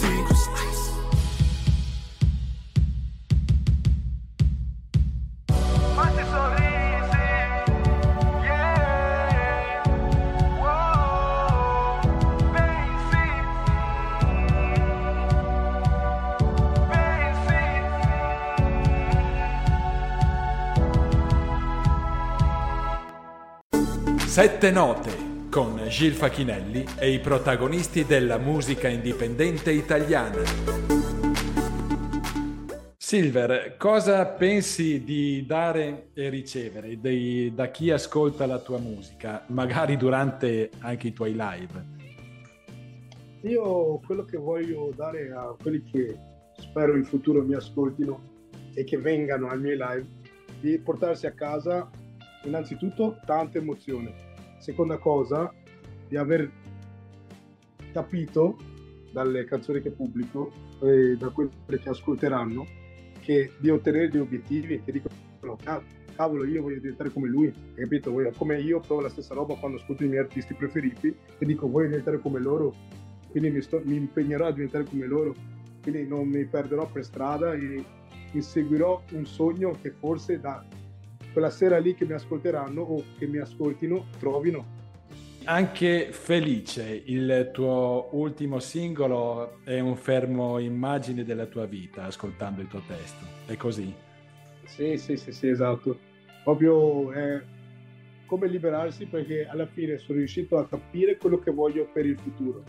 Sette note con Gil Facchinelli e i protagonisti della musica indipendente italiana. Silver, cosa pensi di dare e ricevere da chi ascolta la tua musica, magari durante anche i tuoi live? Io quello che voglio dare a quelli che spero in futuro mi ascoltino e che vengano ai miei live, di portarsi a casa innanzitutto tanta emozione. Seconda cosa, di aver capito dalle canzoni che pubblico e da quelle che ascolteranno, che di ottenere degli obiettivi che dicono cavolo, io voglio diventare come lui, hai capito? Come io provo la stessa roba quando ascolto i miei artisti preferiti e dico voglio diventare come loro, quindi mi impegnerò a diventare come loro, quindi non mi perderò per strada e inseguirò un sogno che forse da quella sera lì che mi ascolteranno o che mi ascoltino trovino. Anche Felice, il tuo ultimo singolo, è un fermo immagine della tua vita ascoltando il tuo testo, è così? Sì, esatto. Proprio è come liberarsi, perché alla fine sono riuscito a capire quello che voglio per il futuro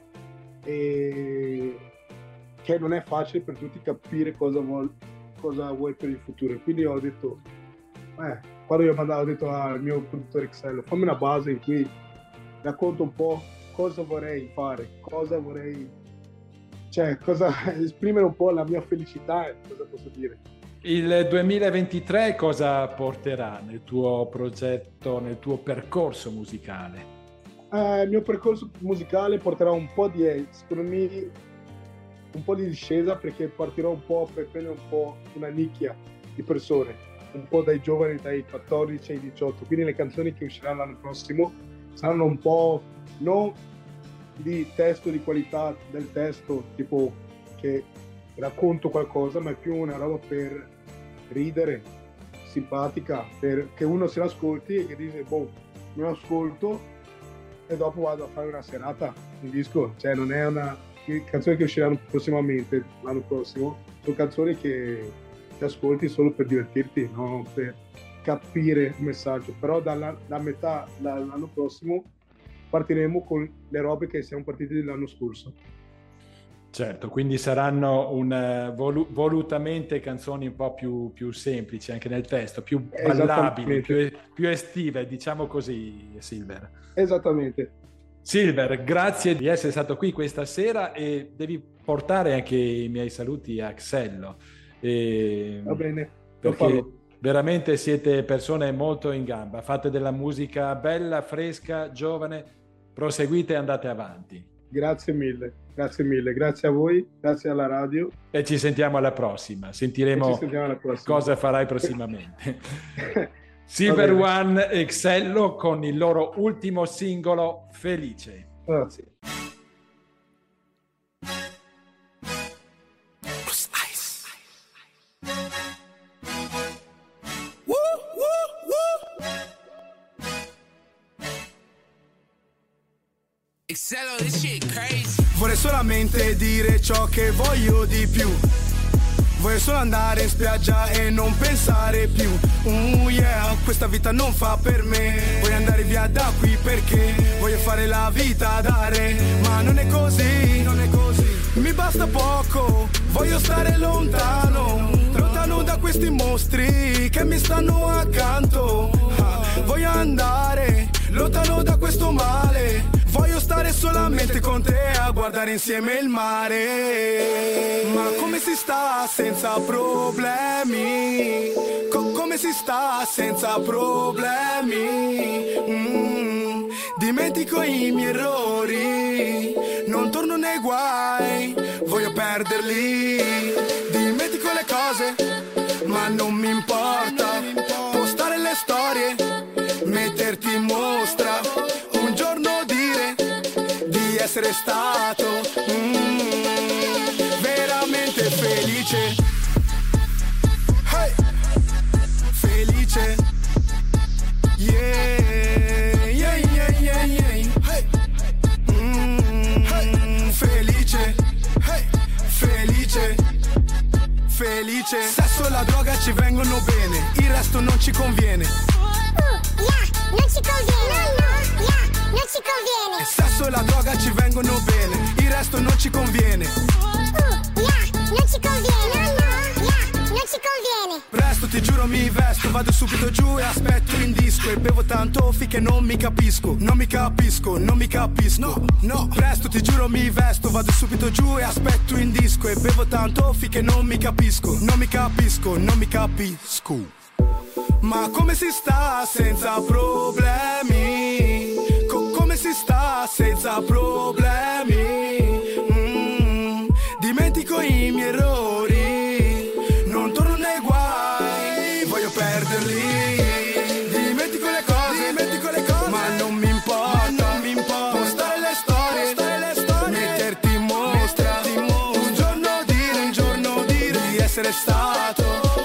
e che non è facile per tutti capire cosa vuoi per il futuro. E quindi ho detto quando ho detto al mio produttore Xello, fammi una base in cui racconto un po' cosa vorrei fare, cosa esprimere un po' la mia felicità, cosa posso dire. Il 2023 cosa porterà nel tuo progetto, nel tuo percorso musicale? Il mio percorso musicale porterà un po' di, secondo me, un po' di discesa, perché partirò un po' per prendere un po' una nicchia di persone, un po' dai giovani, dai 14 ai 18, quindi le canzoni che usciranno l'anno prossimo saranno un po' non di testo, di qualità del testo, tipo che racconto qualcosa, ma è più una roba per ridere, simpatica, per che uno se l'ascolti e che dice boh, me lo ascolto e dopo vado a fare una serata, un disco. Cioè non è una canzone che usciranno prossimamente, l'anno prossimo, sono canzoni che ti ascolti solo per divertirti, non per capire il messaggio. Però da metà dall'anno prossimo partiremo con le robe che siamo partiti l'anno scorso. Certo, quindi saranno volutamente canzoni un po' più semplici anche nel testo, più ballabili, più estive, diciamo così, Silver. Esattamente. Silver, grazie di essere stato qui questa sera e devi portare anche i miei saluti a Axello. Va bene, perché veramente siete persone molto in gamba, fate della musica bella, fresca, giovane, proseguite e andate avanti. Grazie mille, grazie a voi, grazie alla radio. E ci sentiamo alla prossima, sentiremo cosa farai prossimamente. Silver One e Axello con il loro ultimo singolo, Felice. Grazie. Vorrei solamente dire ciò che voglio di più. Voglio solo andare in spiaggia e non pensare più. Yeah, questa vita non fa per me. Voglio andare via da qui perché voglio fare la vita da re. Ma non è così, non è così. Mi basta poco, voglio stare lontano, lontano da questi mostri che mi stanno accanto. Voglio andare lontano da questo male. Voglio stare solamente con te a guardare insieme il mare. Ma come si sta senza problemi? Come si sta senza problemi? Dimentico i miei errori, non torno nei guai, voglio perderli. Dimentico le cose, ma non mi importa. Postare le storie, metterti in mostra, un giorno dire di essere stato veramente felice. Hey! Felice. Yeah, yeah, yeah, yeah, yeah. Hey! Hey! Felice. Hey! Felice. Felice. Sesso e la droga ci vengono bene, il resto non ci conviene. Non ci conviene, non ci conviene. Il sesso e la droga ci vengono bene, il resto non ci conviene. Non ci conviene, non ci conviene. Presto ti giuro mi vesto, vado subito giù e aspetto in disco. E bevo tanto finché non mi capisco, non mi capisco, non mi capisco. No, presto ti giuro mi vesto, vado subito giù e aspetto in disco. E bevo tanto finché non mi capisco, non mi capisco, non mi capisco. Ma come si sta senza problemi? Come si sta senza problemi? Dimentico i miei errori, non torno nei guai, voglio perderli. Dimentico le cose, ma non mi importa. Postare le storie, metterti in mostra, un giorno dire di essere stato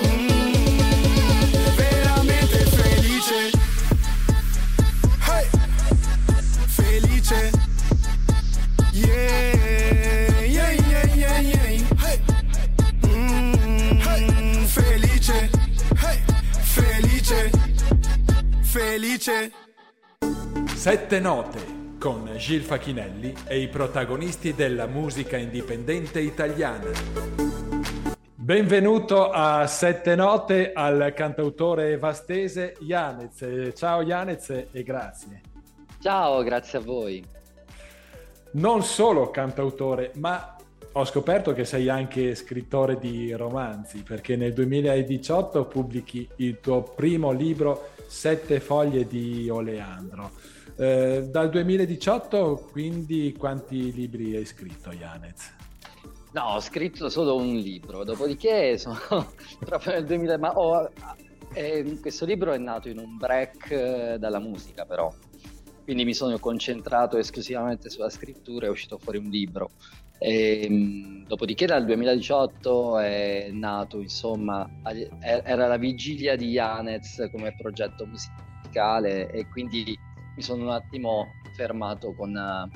felice. Sette note con Gil Facchinelli e i protagonisti della musica indipendente italiana. Benvenuto a Sette note al cantautore vastese Yanez. Ciao Yanez e grazie. Ciao, grazie a voi. Non solo cantautore, ma ho scoperto che sei anche scrittore di romanzi, perché nel 2018 pubblichi il tuo primo libro, Sette foglie di Oleandro. Dal 2018, quindi, quanti libri hai scritto, Yanez? No, ho scritto solo un libro, dopodiché sono proprio nel 2000... Ma questo libro è nato in un break dalla musica, però. quindi mi sono concentrato esclusivamente sulla scrittura e è uscito fuori un libro. Dopodiché dal 2018 è nato, insomma, era la vigilia di Yanez come progetto musicale, e quindi mi sono un attimo fermato con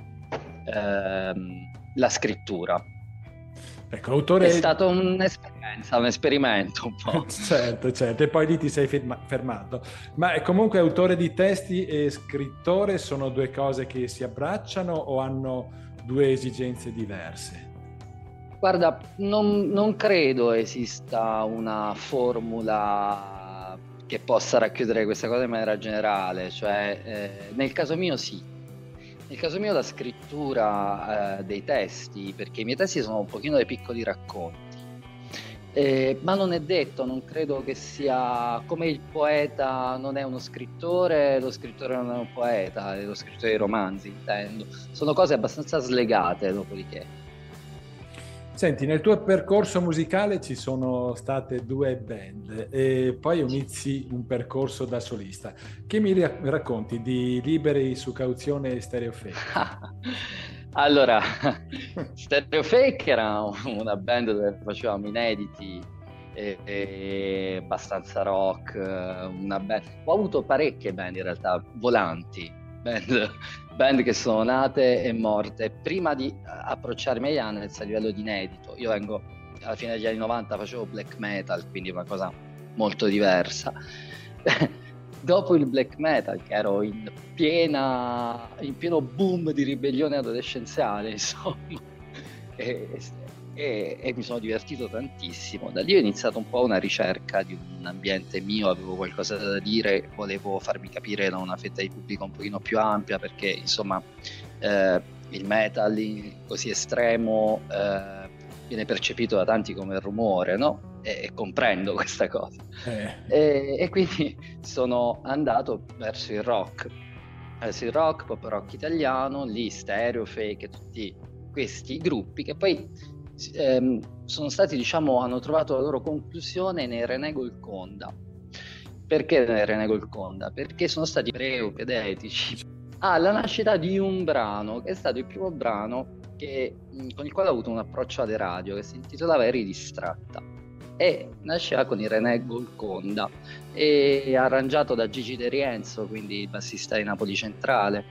la scrittura. Ecco, autore... È stata un'esperienza, un esperimento un po'. Certo, e poi lì ti sei fermato. Ma comunque autore di testi e scrittore sono due cose che si abbracciano o hanno due esigenze diverse? Guarda, non credo esista una formula che possa racchiudere questa cosa in maniera generale, cioè nel caso mio sì. Nel caso mio la scrittura dei testi, perché i miei testi sono un pochino dei piccoli racconti, ma non è detto, non credo che sia come il poeta non è uno scrittore, lo scrittore non è un poeta, è lo scrittore dei romanzi, intendo. Sono cose abbastanza slegate, dopodiché. Senti, nel tuo percorso musicale ci sono state 2 band e poi inizi un percorso da solista. Che mi racconti di Liberi su cauzione e Stereo Fake? Allora, Stereo Fake era una band dove facevamo inediti e abbastanza rock, una band. Ho avuto parecchie band in realtà, volanti, band che sono nate e morte. Prima di approcciarmi a Yanez a livello di inedito, io vengo alla fine degli anni 90, facevo black metal, quindi una cosa molto diversa. Dopo il black metal, che ero in pieno boom di ribellione adolescenziale, insomma, e mi sono divertito tantissimo. Da lì ho iniziato un po' una ricerca di un ambiente mio, avevo qualcosa da dire, volevo farmi capire da una fetta di pubblico un pochino più ampia, perché insomma il metal così estremo viene percepito da tanti come rumore, no? E comprendo questa cosa. E quindi sono andato verso il rock, pop rock italiano, lì Stereo Fake, tutti questi gruppi che poi sono stati, diciamo, hanno trovato la loro conclusione nei René Golconda. Perché nei René Golconda? Perché sono stati preopedetici alla nascita di un brano che è stato il primo brano con il quale ho avuto un approccio alle radio, che si intitolava Eri distratta, e nasceva con i René Golconda e arrangiato da Gigi De Rienzo, quindi il bassista di Napoli Centrale,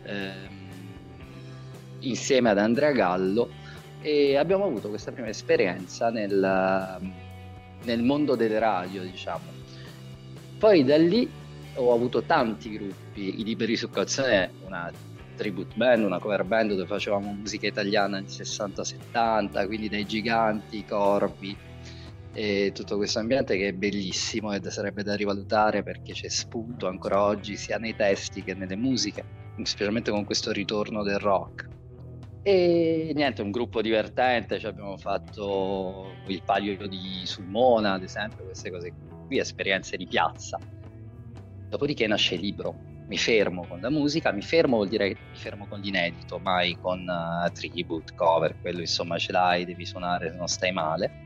insieme ad Andrea Gallo, e abbiamo avuto questa prima esperienza nel mondo delle radio, diciamo. Poi da lì ho avuto tanti gruppi. I Liberi su cauzione è una tribute band, una cover band dove facevamo musica italiana anni 60-70, quindi dai Giganti, Corvi e tutto questo ambiente che è bellissimo ed sarebbe da rivalutare, perché c'è spunto ancora oggi sia nei testi che nelle musiche, specialmente con questo ritorno del rock. E niente, un gruppo divertente, cioè abbiamo fatto il Palio di Sulmona, ad esempio, queste cose qui, esperienze di piazza. Dopodiché nasce il libro, mi fermo con la musica, mi fermo vuol dire che mi fermo con l'inedito, mai con tribute, cover, quello insomma ce l'hai, devi suonare se non stai male.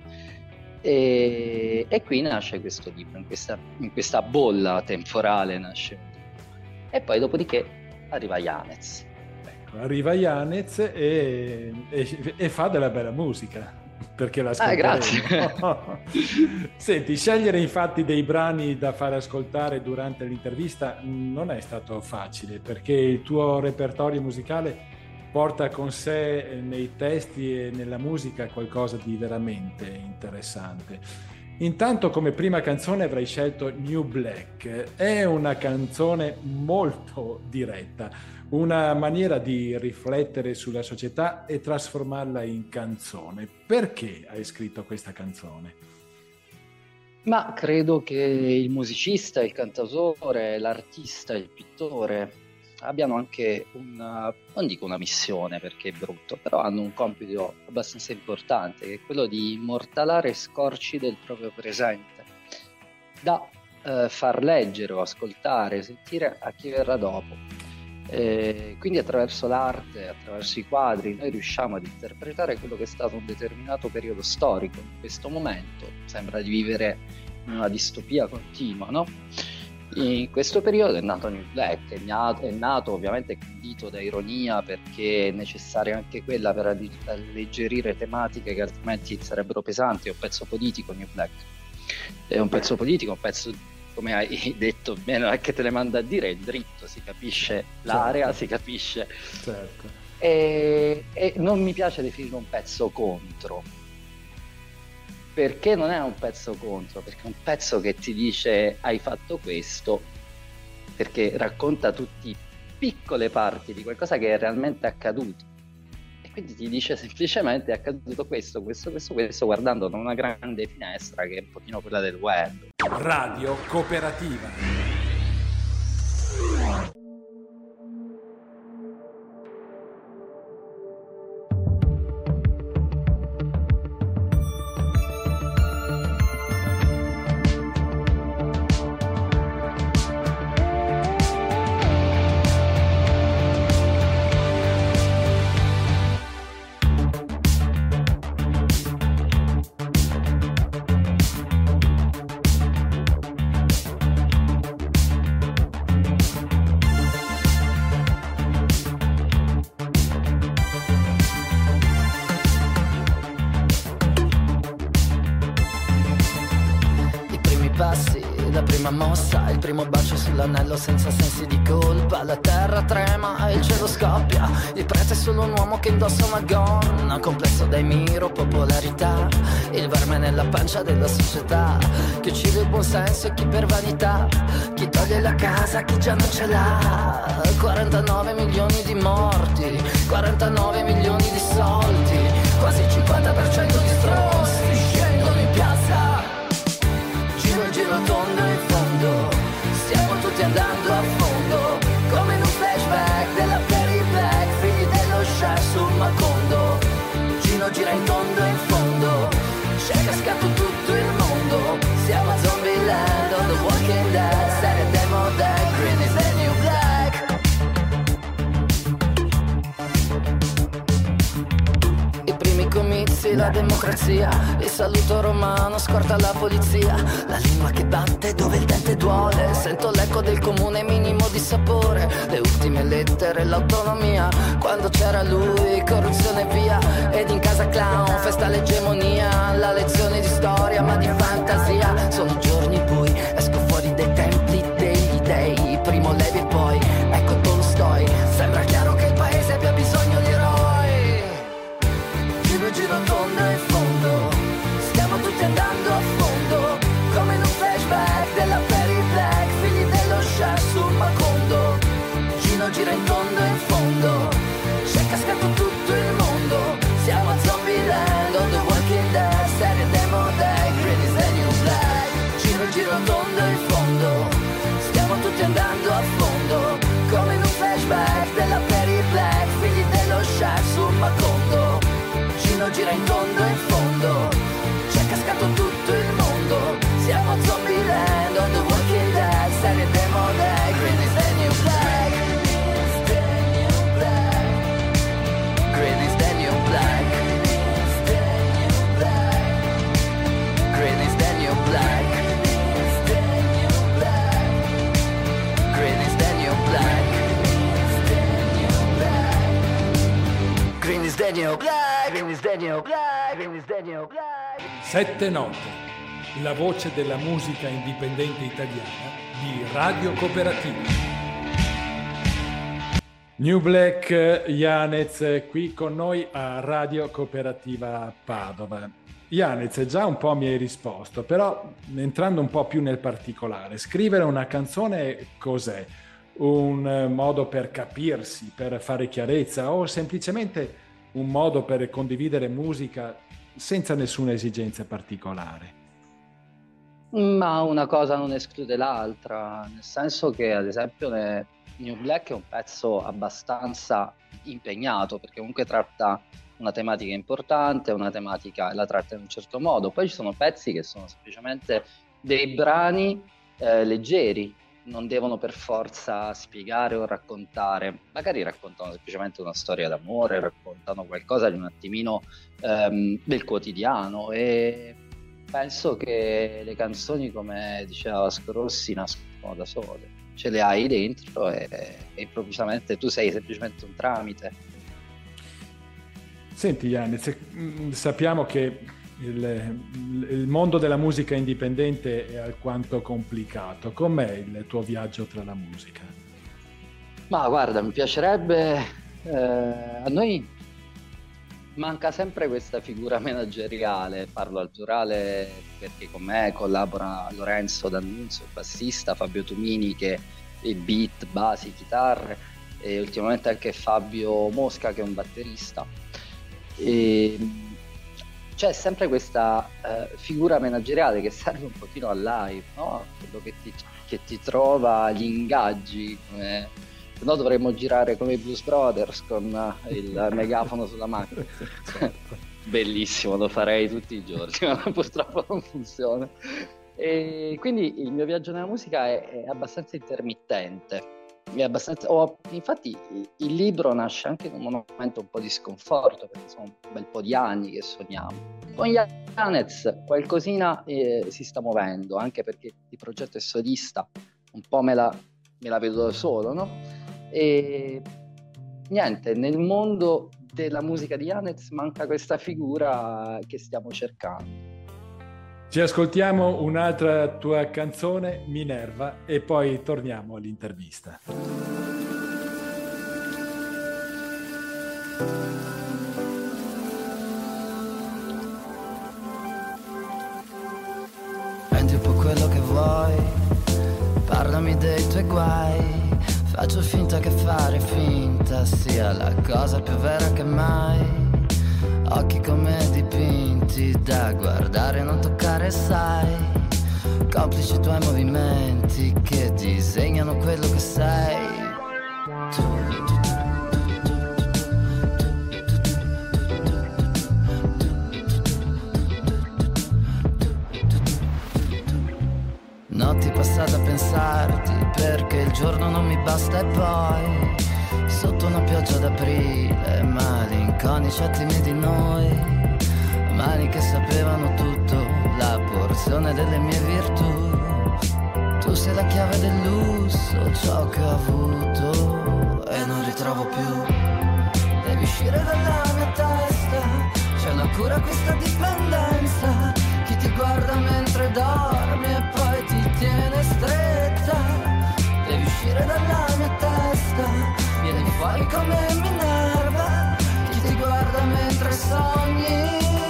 E qui nasce questo libro, in questa bolla temporale nasce un libro. E poi dopodiché arriva Yanez. Arriva Yanez e fa della bella musica, perché l'ascolteremo. Grazie. Senti, scegliere infatti dei brani da fare ascoltare durante l'intervista non è stato facile, perché il tuo repertorio musicale porta con sé nei testi e nella musica qualcosa di veramente interessante. Intanto, come prima canzone avrai scelto New Black. È una canzone molto diretta, una maniera di riflettere sulla società e trasformarla in canzone. Perché hai scritto questa canzone? Ma credo che il musicista, il cantautore, l'artista, il pittore abbiano anche non dico una missione perché è brutto, però hanno un compito abbastanza importante, che è quello di immortalare scorci del proprio presente, da far leggere o ascoltare, sentire a chi verrà dopo. Quindi attraverso l'arte, attraverso i quadri, noi riusciamo ad interpretare quello che è stato un determinato periodo storico. In questo momento sembra di vivere in una distopia continua, no? In questo periodo è nato New Black, è nato ovviamente condito da ironia, perché è necessaria anche quella per alleggerire tematiche che altrimenti sarebbero pesanti. È un pezzo politico New Black, è un pezzo politico, un pezzo, come hai detto bene, non è che te le manda a dire, è dritto, si capisce l'area, certo. Si capisce. Certo. E non mi piace definire un pezzo contro, perché non è un pezzo contro, perché è un pezzo che ti dice hai fatto questo, perché racconta tutte piccole parti di qualcosa che è realmente accaduto, e quindi ti dice semplicemente è accaduto questo, guardando da una grande finestra che è un pochino quella del web. Radio Cooperativa. Mossa, il primo bacio sull'anello senza sensi di colpa. La terra trema e il cielo scoppia. Il prete è solo un uomo che indossa una gonna, complesso dai miro, popolarità. Il verme nella pancia della società, che uccide il buonsenso e chi per vanità, chi toglie la casa, chi già non ce l'ha. 49 milioni di morti, 49 milioni di soldi, quasi il 50% di stronzi scendono in piazza. Giro il giro tondo in fondo, stiamo tutti andando a fondo, come in un flashback della Perry Black, figli dello chef sul Macondo. Gino gira in tondo in fondo, c'è cascato tutto il mondo, siamo a Zombieland, on The Walking Dead, serie demo dead, green is the new black. I primi comizi, la democrazia, il saluto romano, scorta la polizia, la lingua che batte dove il dente duole, sento l'eco del comune minimo di sapore, le ultime lettere, l'autonomia, quando c'era lui, corruzione via, ed in casa clown, festa l'egemonia, la lezione di storia ma di fantasia, sono giorni bui, esco fuori dai templi degli dei, primo Levi e poi, ecco Tolstoi, sembra chiaro che il paese abbia bisogno di eroi. Giro giro tondo in fondo, stiamo tutti andando a fondo, come in un flashback della Perry Black, figli dello chef sul Macondo. Gino gira in tondo in fondo, c'è cascato tutto il mondo, siamo a Zombieland, on The Walking Dead, serie demo day, green is the new black. Giro giro tondo in fondo, stiamo tutti andando a fondo, come in un flashback della Perry Black, figli dello chef sul Macondo. Gino gira in tondo in fondo, c'è cascato tutto il mondo, siamo a Zombieland, on The Walking Dead, serie demo day, green is the new black. Green is the new black. Green is the new black. Green is the new black. Green is the new black. Green is the new black. Green is the new black. Sette note, la voce della musica indipendente italiana di Radio Cooperativa. New Black, Yanez, qui con noi a Radio Cooperativa Padova. Yanez, già un po' mi hai risposto, però entrando un po' più nel particolare, scrivere una canzone cos'è? Un modo per capirsi, per fare chiarezza o semplicemente un modo per condividere musica senza nessuna esigenza particolare? Ma una cosa non esclude l'altra, nel senso che ad esempio New Black è un pezzo abbastanza impegnato, perché comunque tratta una tematica importante, una tematica la tratta in un certo modo. Poi ci sono pezzi che sono semplicemente dei brani leggeri, non devono per forza spiegare o raccontare, magari raccontano semplicemente una storia d'amore, raccontano qualcosa di un attimino del quotidiano, e Penso che le canzoni, come diceva Vasco Rossi, nascono da sole, ce le hai dentro e improvvisamente tu sei semplicemente un tramite. Senti Yanez, sappiamo che il mondo della musica indipendente è alquanto complicato. Com'è il tuo viaggio tra la musica? Ma guarda, mi piacerebbe, a noi manca sempre questa figura manageriale, parlo al plurale perché con me collabora Lorenzo D'Annunzio, bassista, Fabio Tumini che è beat, basi, chitarre, e ultimamente anche Fabio Mosca che è un batterista. E c'è sempre questa figura manageriale che serve un pochino al live, no? Quello che ti trova gli ingaggi, se no dovremmo girare come i Blues Brothers con il megafono sulla macchina. Bellissimo, lo farei tutti i giorni, ma purtroppo non funziona. E quindi il mio viaggio nella musica è abbastanza intermittente. Infatti il libro nasce anche in un momento un po' di sconforto, perché sono un bel po' di anni che sogniamo. Con Yanez qualcosina si sta muovendo, anche perché il progetto è solista, un po' me la vedo da solo, no? E niente, nel mondo della musica di Yanez manca questa figura che stiamo cercando. Ci ascoltiamo un'altra tua canzone, Minerva, e poi torniamo all'intervista. Prendi un po' quello che vuoi, parlami dei tuoi guai, faccio finta che fare finta sia la cosa più vera che mai. Occhi come dipinti da guardare e non toccare, sai, complici i tuoi movimenti che disegnano quello che sei. Notti passate a pensarti perché il giorno non mi basta e poi sotto una pioggia d'aprile, malinconici attimi di noi, mani che sapevano tutto, la porzione delle mie virtù. Tu sei la chiave del lusso, ciò che ho avuto e non ritrovo più. Devi uscire dalla mia testa, c'è una cura a questa dipendenza. Chi ti guarda mentre dormi e poi ti tiene stretta. Devi uscire dalla mia testa, vieni fuori come Minerva, chi ti guarda mentre sogni.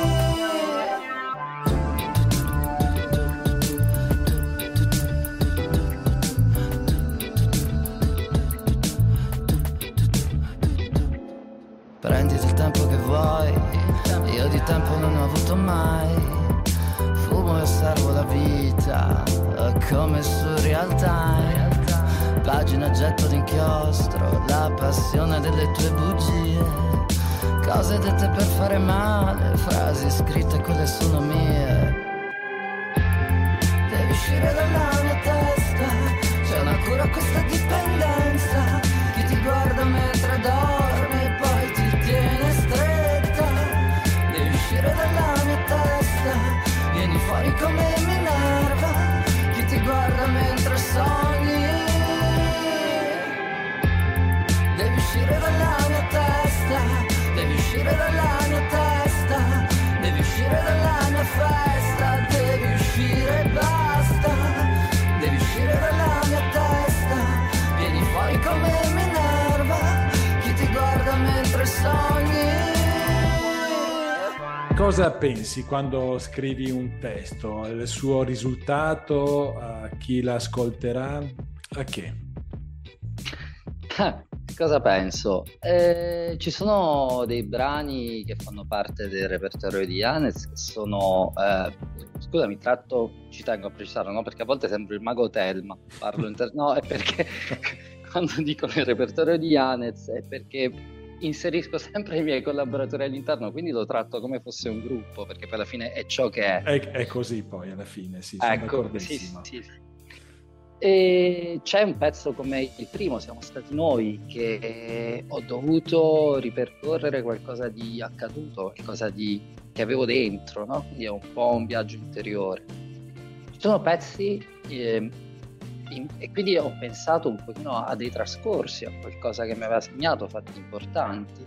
Prenditi il tempo che vuoi, io di tempo non ne ho avuto mai. Fumo e osservo la vita come su Real Time. Pagina getto d'inchiostro, la passione delle tue bugie, cose dette per fare male, frasi scritte, quelle sono mie. Devi uscire dalla mia testa, c'è una cura a questa dipendenza. Chi ti guarda mentre dormi e poi ti tiene stretta. Devi uscire dalla mia testa, vieni fuori come Minerva, chi ti guarda mentre sogni. Devi uscire dalla mia testa, devi uscire dalla mia testa, devi uscire dalla mia festa, devi uscire e basta. Devi uscire dalla mia testa, vieni fuori come Minerva, chi ti guarda mentre sogni. Cosa pensi quando scrivi un testo? Il suo risultato, a chi l'ascolterà, a che? Cosa penso? Ci sono dei brani che fanno parte del repertorio di Yanez che sono scusami, ci tengo a precisarlo, no? Perché a volte sembro il mago Telma, no, è perché quando dico il repertorio di Yanez è perché inserisco sempre i miei collaboratori all'interno, quindi lo tratto come fosse un gruppo, perché poi alla fine è ciò che è. È così poi alla fine, sì, sono d'accordissimo. Sì. E c'è un pezzo come il primo, Siamo stati noi, che ho dovuto ripercorrere qualcosa di accaduto, qualcosa che che avevo dentro, no? Quindi è un po' un viaggio interiore. Ci sono pezzi e quindi ho pensato un pochino a dei trascorsi, a qualcosa che mi aveva segnato fatti importanti.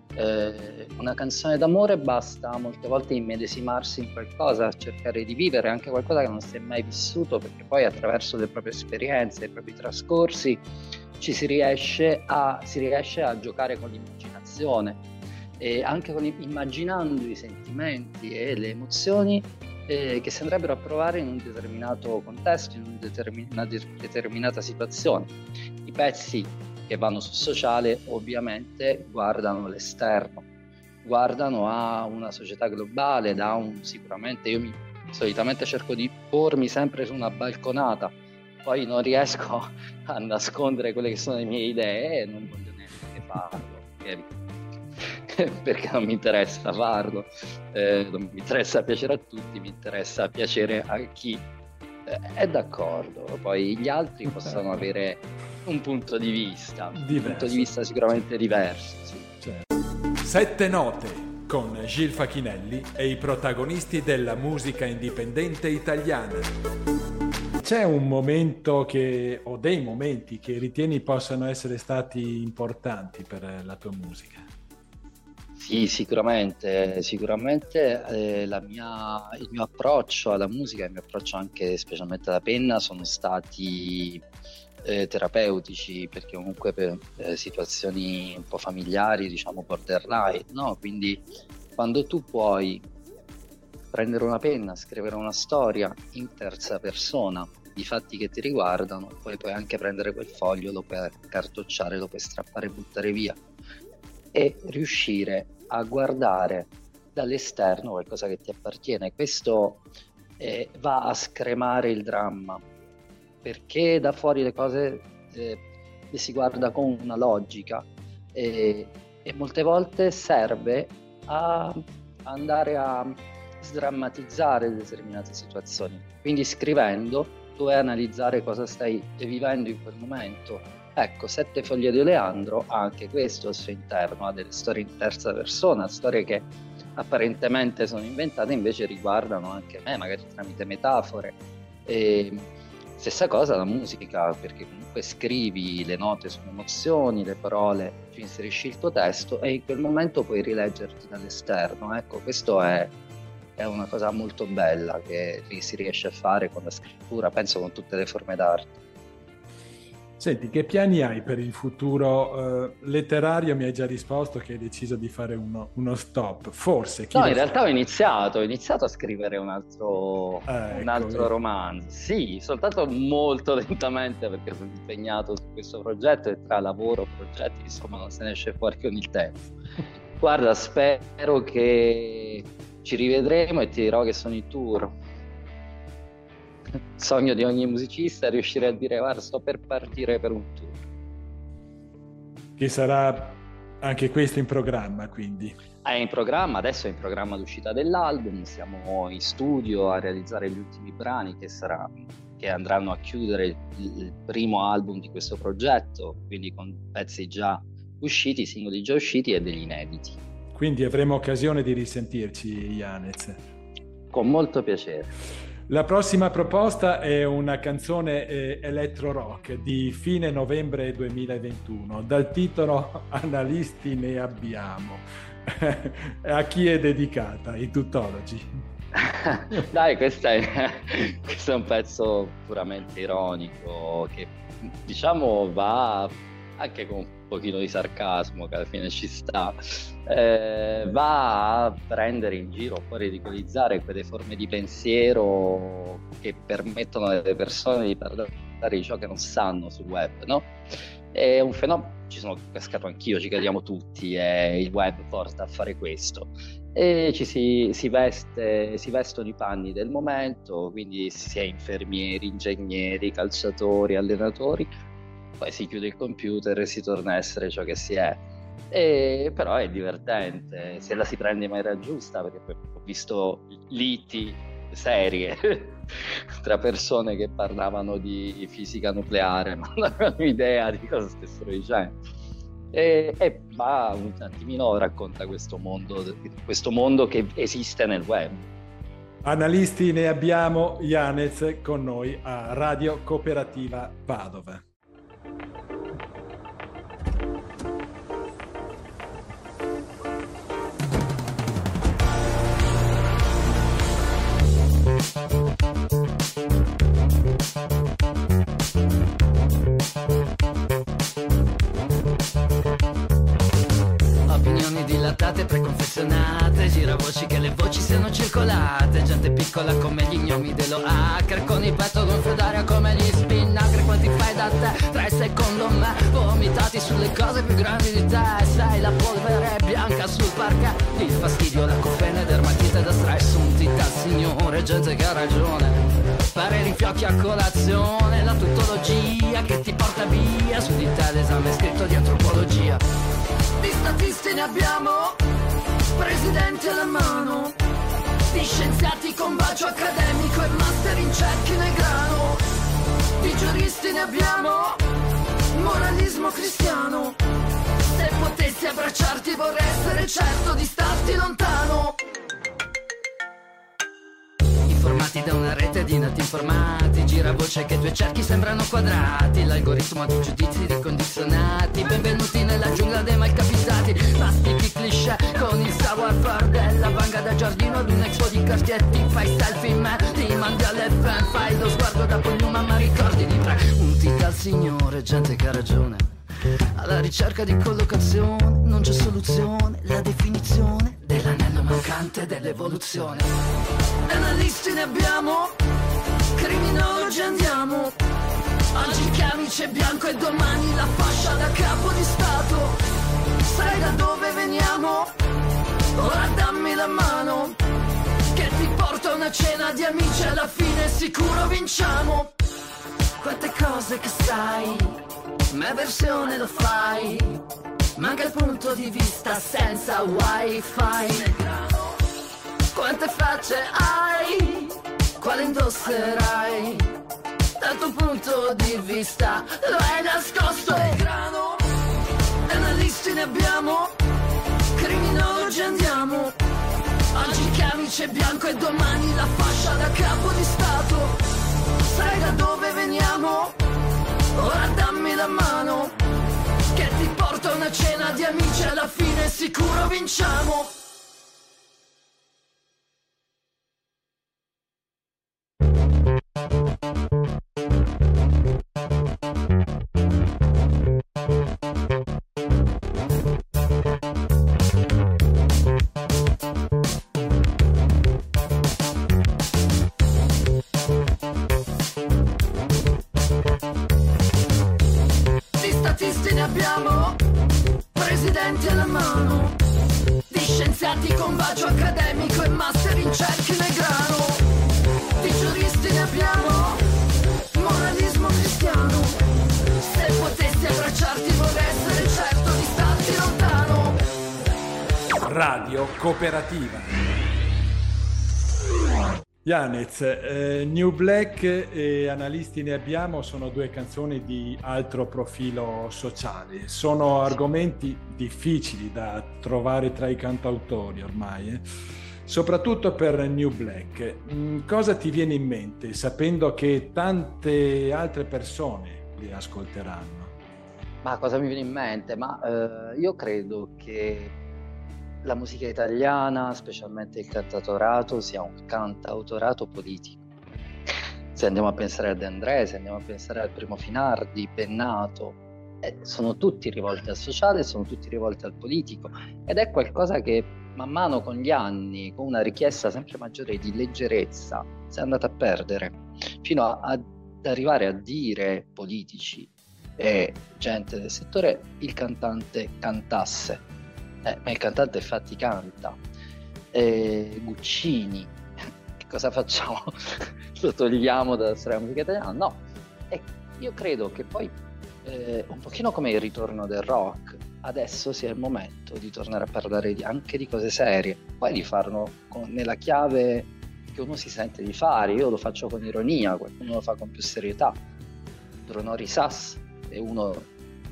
Una canzone d'amore basta molte volte immedesimarsi in qualcosa, cercare di vivere anche qualcosa che non si è mai vissuto, perché poi attraverso le proprie esperienze, i propri trascorsi si riesce a giocare con l'immaginazione, e anche immaginando i sentimenti e le emozioni che si andrebbero a provare in un determinato contesto, in una determinata situazione. I pezzi che vanno sul sociale ovviamente guardano all'esterno, guardano a una società globale, sicuramente io solitamente cerco di pormi sempre su una balconata, poi non riesco a nascondere quelle che sono le mie idee e non voglio neanche farlo, perché non mi interessa farlo, non mi interessa piacere a tutti, mi interessa piacere a chi è d'accordo. Poi gli altri possono avere un punto di vista, sicuramente diverso. Sì. Certo. 7 note con Gil Facchinelli e i protagonisti della musica indipendente italiana. C'è un momento o dei momenti che ritieni possano essere stati importanti per la tua musica? Sì, sicuramente il mio approccio alla musica, il mio approccio anche specialmente alla penna sono stati terapeutici, perché comunque per situazioni un po' familiari, diciamo borderline, no? Quindi quando tu puoi prendere una penna, scrivere una storia in terza persona di fatti che ti riguardano, poi puoi anche prendere quel foglio, lo puoi cartocciare, lo puoi strappare e buttare via e riuscire a guardare dall'esterno qualcosa che ti appartiene. Questo va a scremare il dramma, perché da fuori le cose le si guarda con una logica e molte volte serve a andare a sdrammatizzare determinate situazioni. Quindi scrivendo tu vai a analizzare cosa stai vivendo in quel momento. Ecco, 7 foglie di Oleandro ha anche questo al suo interno, ha delle storie in terza persona, storie che apparentemente sono inventate, invece riguardano anche me, magari tramite metafore. E stessa cosa la musica, perché comunque scrivi, le note sono emozioni, le parole ci inserisci il tuo testo e in quel momento puoi rileggerti dall'esterno. Ecco, questo è una cosa molto bella che si riesce a fare con la scrittura, penso con tutte le forme d'arte. Senti, che piani hai per il futuro letterario? Mi hai già risposto che hai deciso di fare uno stop, forse. No, in realtà ho iniziato a scrivere un altro romanzo. Sì, soltanto molto lentamente, perché sono impegnato su questo progetto e tra lavoro e progetti, insomma, non se ne esce fuori con il tempo. Guarda, spero che ci rivedremo e ti dirò che sono in tour. Il sogno di ogni musicista è riuscire a dire: guarda, sto per partire per un tour. Che sarà anche questo in programma, quindi? È in programma, adesso è in programma l'uscita dell'album, siamo in studio a realizzare gli ultimi brani che andranno a chiudere il primo album di questo progetto, quindi con pezzi già usciti, singoli già usciti e degli inediti. Quindi avremo occasione di risentirci, Yanez. Con molto piacere. La prossima proposta è una canzone electro rock di fine novembre 2021, dal titolo Analisti ne abbiamo. A chi è dedicata? I Tuttologi. Dai, questo è un pezzo puramente ironico che, diciamo, va anche con un pochino di sarcasmo, che alla fine ci sta, va a prendere in giro, a ridicolizzare quelle forme di pensiero che permettono alle persone di parlare di ciò che non sanno sul web, no? È un fenomeno, ci sono cascato anch'io, ci cadiamo tutti e il web porta a fare questo. E si vestono i panni del momento, quindi si è infermieri, ingegneri, calciatori, allenatori, poi si chiude il computer e si torna a essere ciò che si è. Però è divertente se la si prende in maniera giusta, perché ho visto liti serie tra persone che parlavano di fisica nucleare ma non avevano idea di cosa stessero dicendo. e va un attimino, racconta questo mondo che esiste nel web. Analisti ne abbiamo, Yanez con noi a Radio Cooperativa Padova. Opinioni dilatate, preconfezionate, giravoci che le voci siano circolate, gente piccola come gli gnomi dello hacker, con il petto gonfio d'aria come gli spinacre. Quanti fai da te? 3 secondo me, vomitati sulle cose più grandi di te. Sei la polvere bianca sul parquet, il fastidio, la cofene, dermatite da stress, unti dal signore, gente che ha ragione, pareri fiocchi a colazione, la tuttologia che ti porta via, su di te l'esame scritto di antropologia. Di statisti ne abbiamo, presidenti alla mano, di scienziati con bacio accademico e master in cerchi nel grano, di giuristi ne abbiamo, moralismo cristiano. Se potessi abbracciarti vorrei essere certo di starti lontano. Informati da una rete di nati informati, gira voce che 2 cerchi sembrano quadrati, l'algoritmo di giudizi ricondizionati, benvenuti nella giungla dei malcapitati, mastichi cliché con il savoir-faire della vanga da giardino ad un expo di Cartier. Ti fai selfie in me, ti mandi alle fan, fai lo sguardo da Pognuma ma ricordi di 3 unti dal signore, gente che ha ragione, alla ricerca di collocazione, non c'è soluzione, la definizione dell'anello mancante dell'evoluzione. Analisti ne abbiamo, criminologi andiamo, oggi camice bianco e domani la fascia da capo di stato. Sai da dove veniamo? Ora dammi la mano, che ti porto a una cena di amici, alla fine sicuro vinciamo. Quante cose che sai, ma versione lo fai, manca il punto di vista senza wifi. Quante facce hai, quale indosserai, dal tuo punto di vista lo hai nascosto. Analisti ne abbiamo, criminologi andiamo, oggi camice bianco e domani la fascia da capo di stato. Sai da dove veniamo? Ora dammi la mano, che ti porto a una cena di amici, alla fine sicuro vinciamo. Con bacio accademico e master in cerchi nel grano, di giuristi ne abbiamo, moralismo cristiano. Se potessi abbracciarti vorrei essere certo di starti lontano. Radio Cooperativa. Yanez, New Black e Analisti ne abbiamo sono 2 canzoni di altro profilo sociale. Sono argomenti difficili da trovare tra i cantautori ormai, soprattutto per New Black. Cosa ti viene in mente sapendo che tante altre persone li ascolteranno? Ma cosa mi viene in mente? Io credo che la musica italiana, specialmente il cantautorato, sia un cantautorato politico. Se andiamo a pensare a De André, se andiamo a pensare al Primo Finardi, Bennato, sono tutti rivolti al sociale, sono tutti rivolti al politico, ed è qualcosa che man mano con gli anni, con una richiesta sempre maggiore di leggerezza, si è andata a perdere, fino ad arrivare a dire politici e gente del settore il cantante cantasse. Ma il cantante infatti canta. Guccini, che cosa facciamo? Lo togliamo dalla storia della musica italiana? No. E io credo che poi, un pochino come il ritorno del rock, adesso sia il momento di tornare a parlare anche di cose serie, poi di farlo nella chiave che uno si sente di fare. Io lo faccio con ironia, qualcuno lo fa con più serietà. Bruno Risas è uno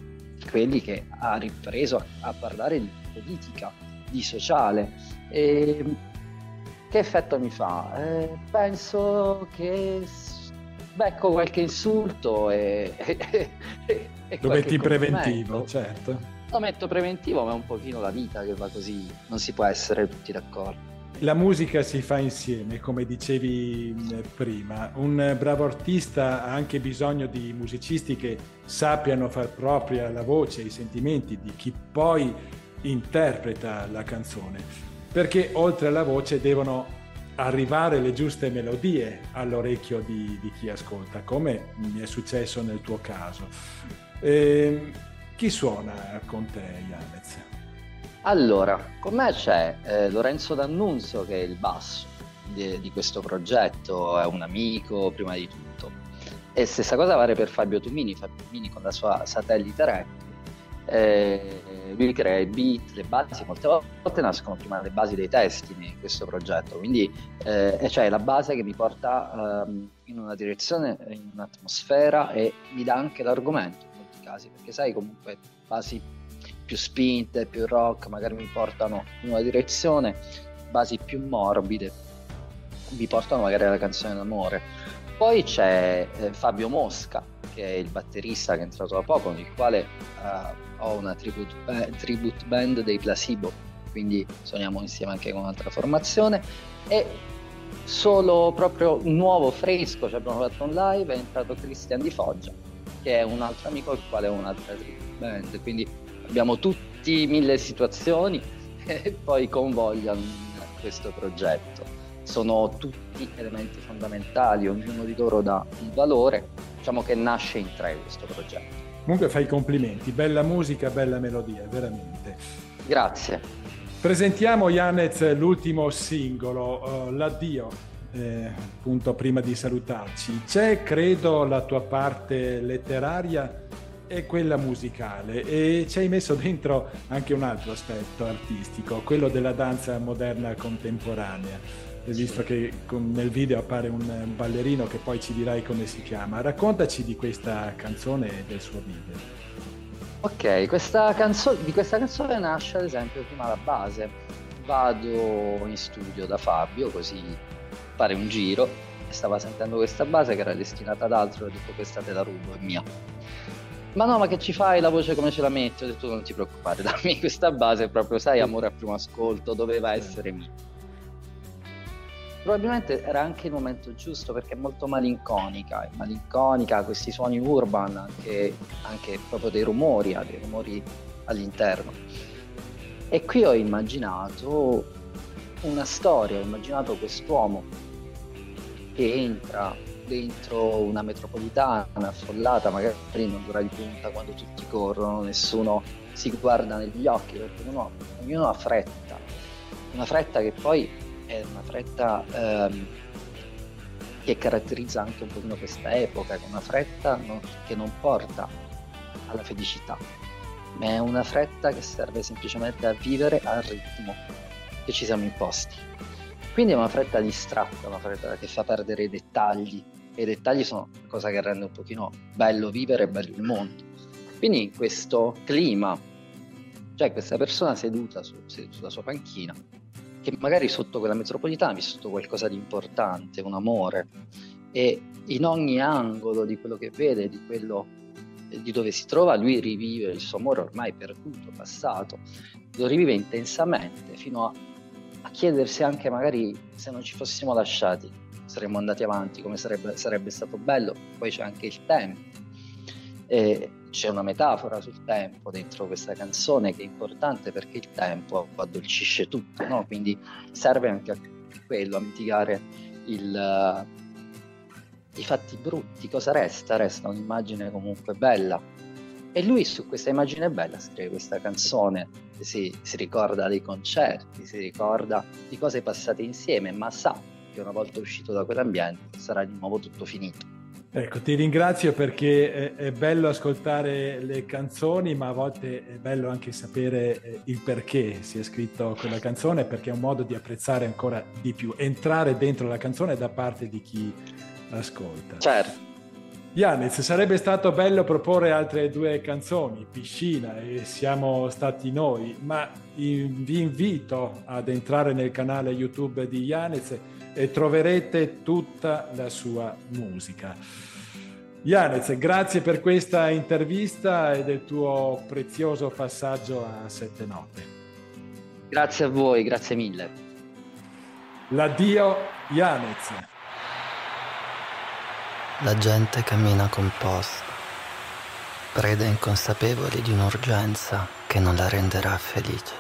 quelli che ha ripreso a parlare di politica, di sociale. E che effetto mi fa? Penso che becco qualche insulto e lo metti in preventivo, commento. certo. Lo metto preventivo, ma è un pochino la vita che va così, non si può essere tutti d'accordo. La musica si fa insieme, come dicevi prima. Un bravo artista ha anche bisogno di musicisti che sappiano far propria la voce e i sentimenti di chi poi interpreta la canzone, perché oltre alla voce devono arrivare le giuste melodie all'orecchio di chi ascolta, come mi è successo nel tuo caso. Chi suona con te, Yanez? Allora, con me c'è Lorenzo D'Annunzio, che è il basso di questo progetto, è un amico prima di tutto. E stessa cosa vale per Fabio Tumini con la sua Satellite Rap. Lui crea i beat, le basi, molte volte nascono prima le basi dei testi in questo progetto, quindi cioè la base che mi porta in una direzione, in un'atmosfera, e mi dà anche l'argomento in molti casi, perché sai, comunque basi più spinte, più rock magari mi portano in una direzione, basi più morbide mi portano magari alla canzone d'amore. Poi c'è Fabio Mosca, che è il batterista che è entrato da poco, con il quale ho una tribute band dei Placebo, quindi suoniamo insieme anche con un'altra formazione. E solo proprio nuovo, fresco, ci abbiamo fatto un live, è entrato Cristian Di Foggia, che è un altro amico, il quale è un'altra tribute band, quindi abbiamo tutti 1000 situazioni e poi convogliano in questo progetto. Sono tutti elementi fondamentali, ognuno di loro dà un valore, diciamo che nasce in 3 questo progetto. Comunque fai complimenti, bella musica, bella melodia, veramente. Grazie. Presentiamo, Yanez, l'ultimo singolo, L'addio, appunto prima di salutarci. C'è, credo, la tua parte letteraria e quella musicale, e ci hai messo dentro anche un altro aspetto artistico, quello della danza moderna contemporanea. Visto che nel video appare un ballerino che poi ci dirai come si chiama, raccontaci di questa canzone e del suo video. Ok, di questa canzone nasce ad esempio prima la base. Vado in studio da Fabio, così fare un giro, e stava sentendo questa base che era destinata ad altro, e ho detto: questa te la rubo, è mia. Ma no, ma che ci fai, la voce come ce la metti? Ho detto: non ti preoccupare, dammi questa base, proprio, sai, amore a primo ascolto, doveva essere mia. Probabilmente era anche il momento giusto, perché è molto malinconica, questi suoni urban, anche proprio dei rumori all'interno. E qui ho immaginato una storia, ho immaginato quest'uomo che entra dentro una metropolitana affollata, magari in un'ora di punta, quando tutti corrono, nessuno si guarda negli occhi, perché ognuno ha fretta, una fretta che poi è una fretta che caratterizza anche un pochino questa epoca, una fretta che non porta alla felicità, ma è una fretta che serve semplicemente a vivere al ritmo che ci siamo imposti. Quindi è una fretta distratta, una fretta che fa perdere i dettagli, e i dettagli sono la cosa che rende un pochino bello vivere e bello il mondo. Quindi in questo clima c'è questa persona seduta sulla sua panchina, che magari sotto quella metropolitana ha vissuto qualcosa di importante, un amore, e in ogni angolo di quello che vede, di dove si trova, lui rivive il suo amore ormai perduto, passato, lo rivive intensamente, fino a chiedersi anche magari se non ci fossimo lasciati saremmo andati avanti, come sarebbe stato bello. Poi c'è anche il tempo, e c'è una metafora sul tempo dentro questa canzone che è importante, perché il tempo addolcisce tutto, no? Quindi serve anche a quello, a mitigare i fatti brutti. Cosa resta? Resta un'immagine comunque bella, e lui su questa immagine bella scrive questa canzone. Si ricorda dei concerti, si ricorda di cose passate insieme, ma sa che una volta uscito da quell'ambiente sarà di nuovo tutto finito. Ecco, ti ringrazio, perché è bello ascoltare le canzoni, ma a volte è bello anche sapere il perché si è scritto quella canzone, perché è un modo di apprezzare ancora di più, entrare dentro la canzone da parte di chi ascolta. Certo. Yanez, sarebbe stato bello proporre altre 2 canzoni, Piscina e Siamo stati noi, ma vi invito ad entrare nel canale YouTube di Yanez e troverete tutta la sua musica. Yanez, grazie per questa intervista e del tuo prezioso passaggio a 7 Note. Grazie a voi, grazie mille. L'addio, Yanez. La gente cammina composta, preda inconsapevoli di un'urgenza che non la renderà felice.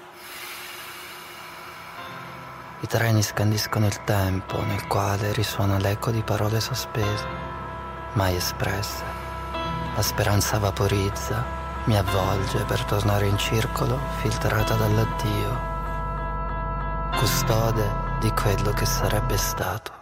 I treni scandiscono il tempo nel quale risuona l'eco di parole sospese, mai espresse. La speranza vaporizza, mi avvolge per tornare in circolo, filtrata dall'addio, custode di quello che sarebbe stato.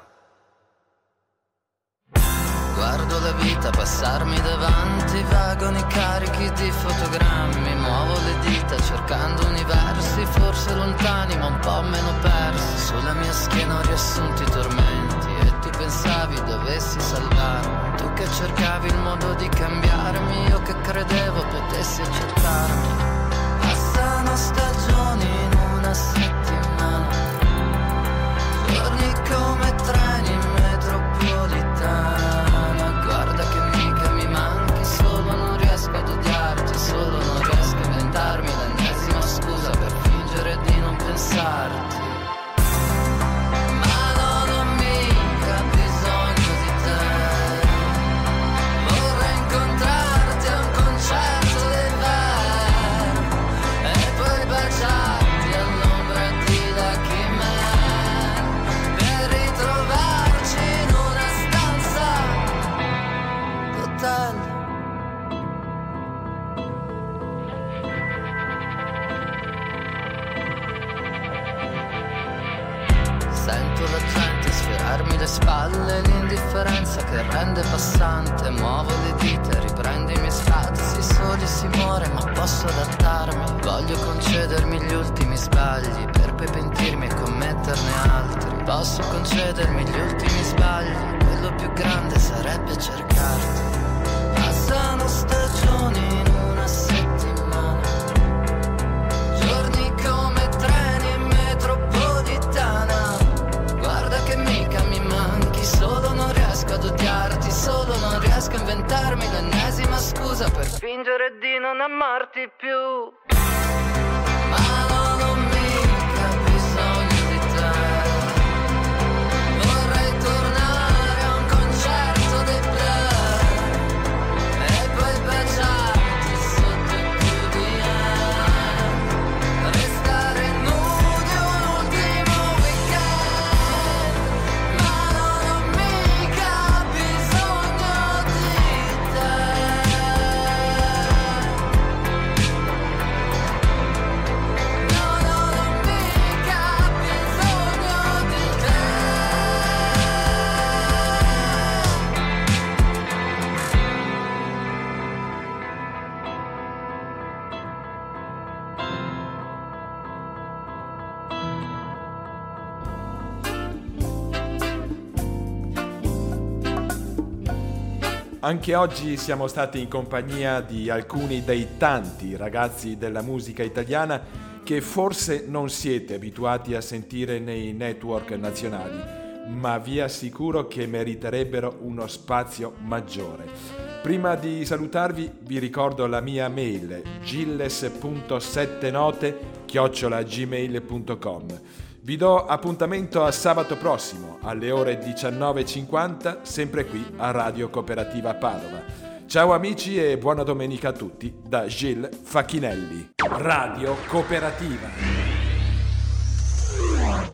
Guardo la vita passarmi davanti, vagoni carichi di fotogrammi, muovo le dita cercando universi, forse lontani ma un po' meno persi. Sulla mia schiena ho riassunti i tormenti e tu pensavi dovessi salvarmi, tu che cercavi il modo di cambiarmi, io che credevo potessi accettarmi. Passano stagioni in una settimana, giorni come treni in metropolitana. Ad odiarti, solo non riesco a inventarmi l'ennesima scusa per fingere di non pensarti. Ma non ho mica bisogno di te, vorrei incontrarti a un concerto dei Verdi e poi baciarti all'ombra di Lucky Man, per ritrovarci in una stanza d'hotel. Sento la gente sfiorarmi le spalle, l'indifferenza che rende passante. Muovo le dita, riprendo i miei spazi, soli si muore ma posso adattarmi. Voglio concedermi gli ultimi sbagli per poi pentirmi e commetterne altri. Posso concedermi gli ultimi sbagli, quello più grande sarebbe cercarti. Passano stagioni in una settimana, giorni come treni in metropolitana. Guarda che mica mi manchi, solo non riesco ad odiarti, solo non riesco a inventarmi l'ennesima scusa per fingere di non amarti più. Ma non ho mica bisogno di te, vorrei tornare a un concerto dei Blur e poi baciarti sotto il PDM, restare nudi un ultimo weekend. Ma non ho mica bisogno di te. No, non ho mica bisogno di te. Anche oggi siamo stati in compagnia di alcuni dei tanti ragazzi della musica italiana che forse non siete abituati a sentire nei network nazionali, ma vi assicuro che meriterebbero uno spazio maggiore. Prima di salutarvi vi ricordo la mia mail gilles.settenote@gmail.com. Vi do appuntamento a sabato prossimo alle ore 19:50, sempre qui a Radio Cooperativa Padova. Ciao amici e buona domenica a tutti da Gilles Facchinelli. Radio Cooperativa.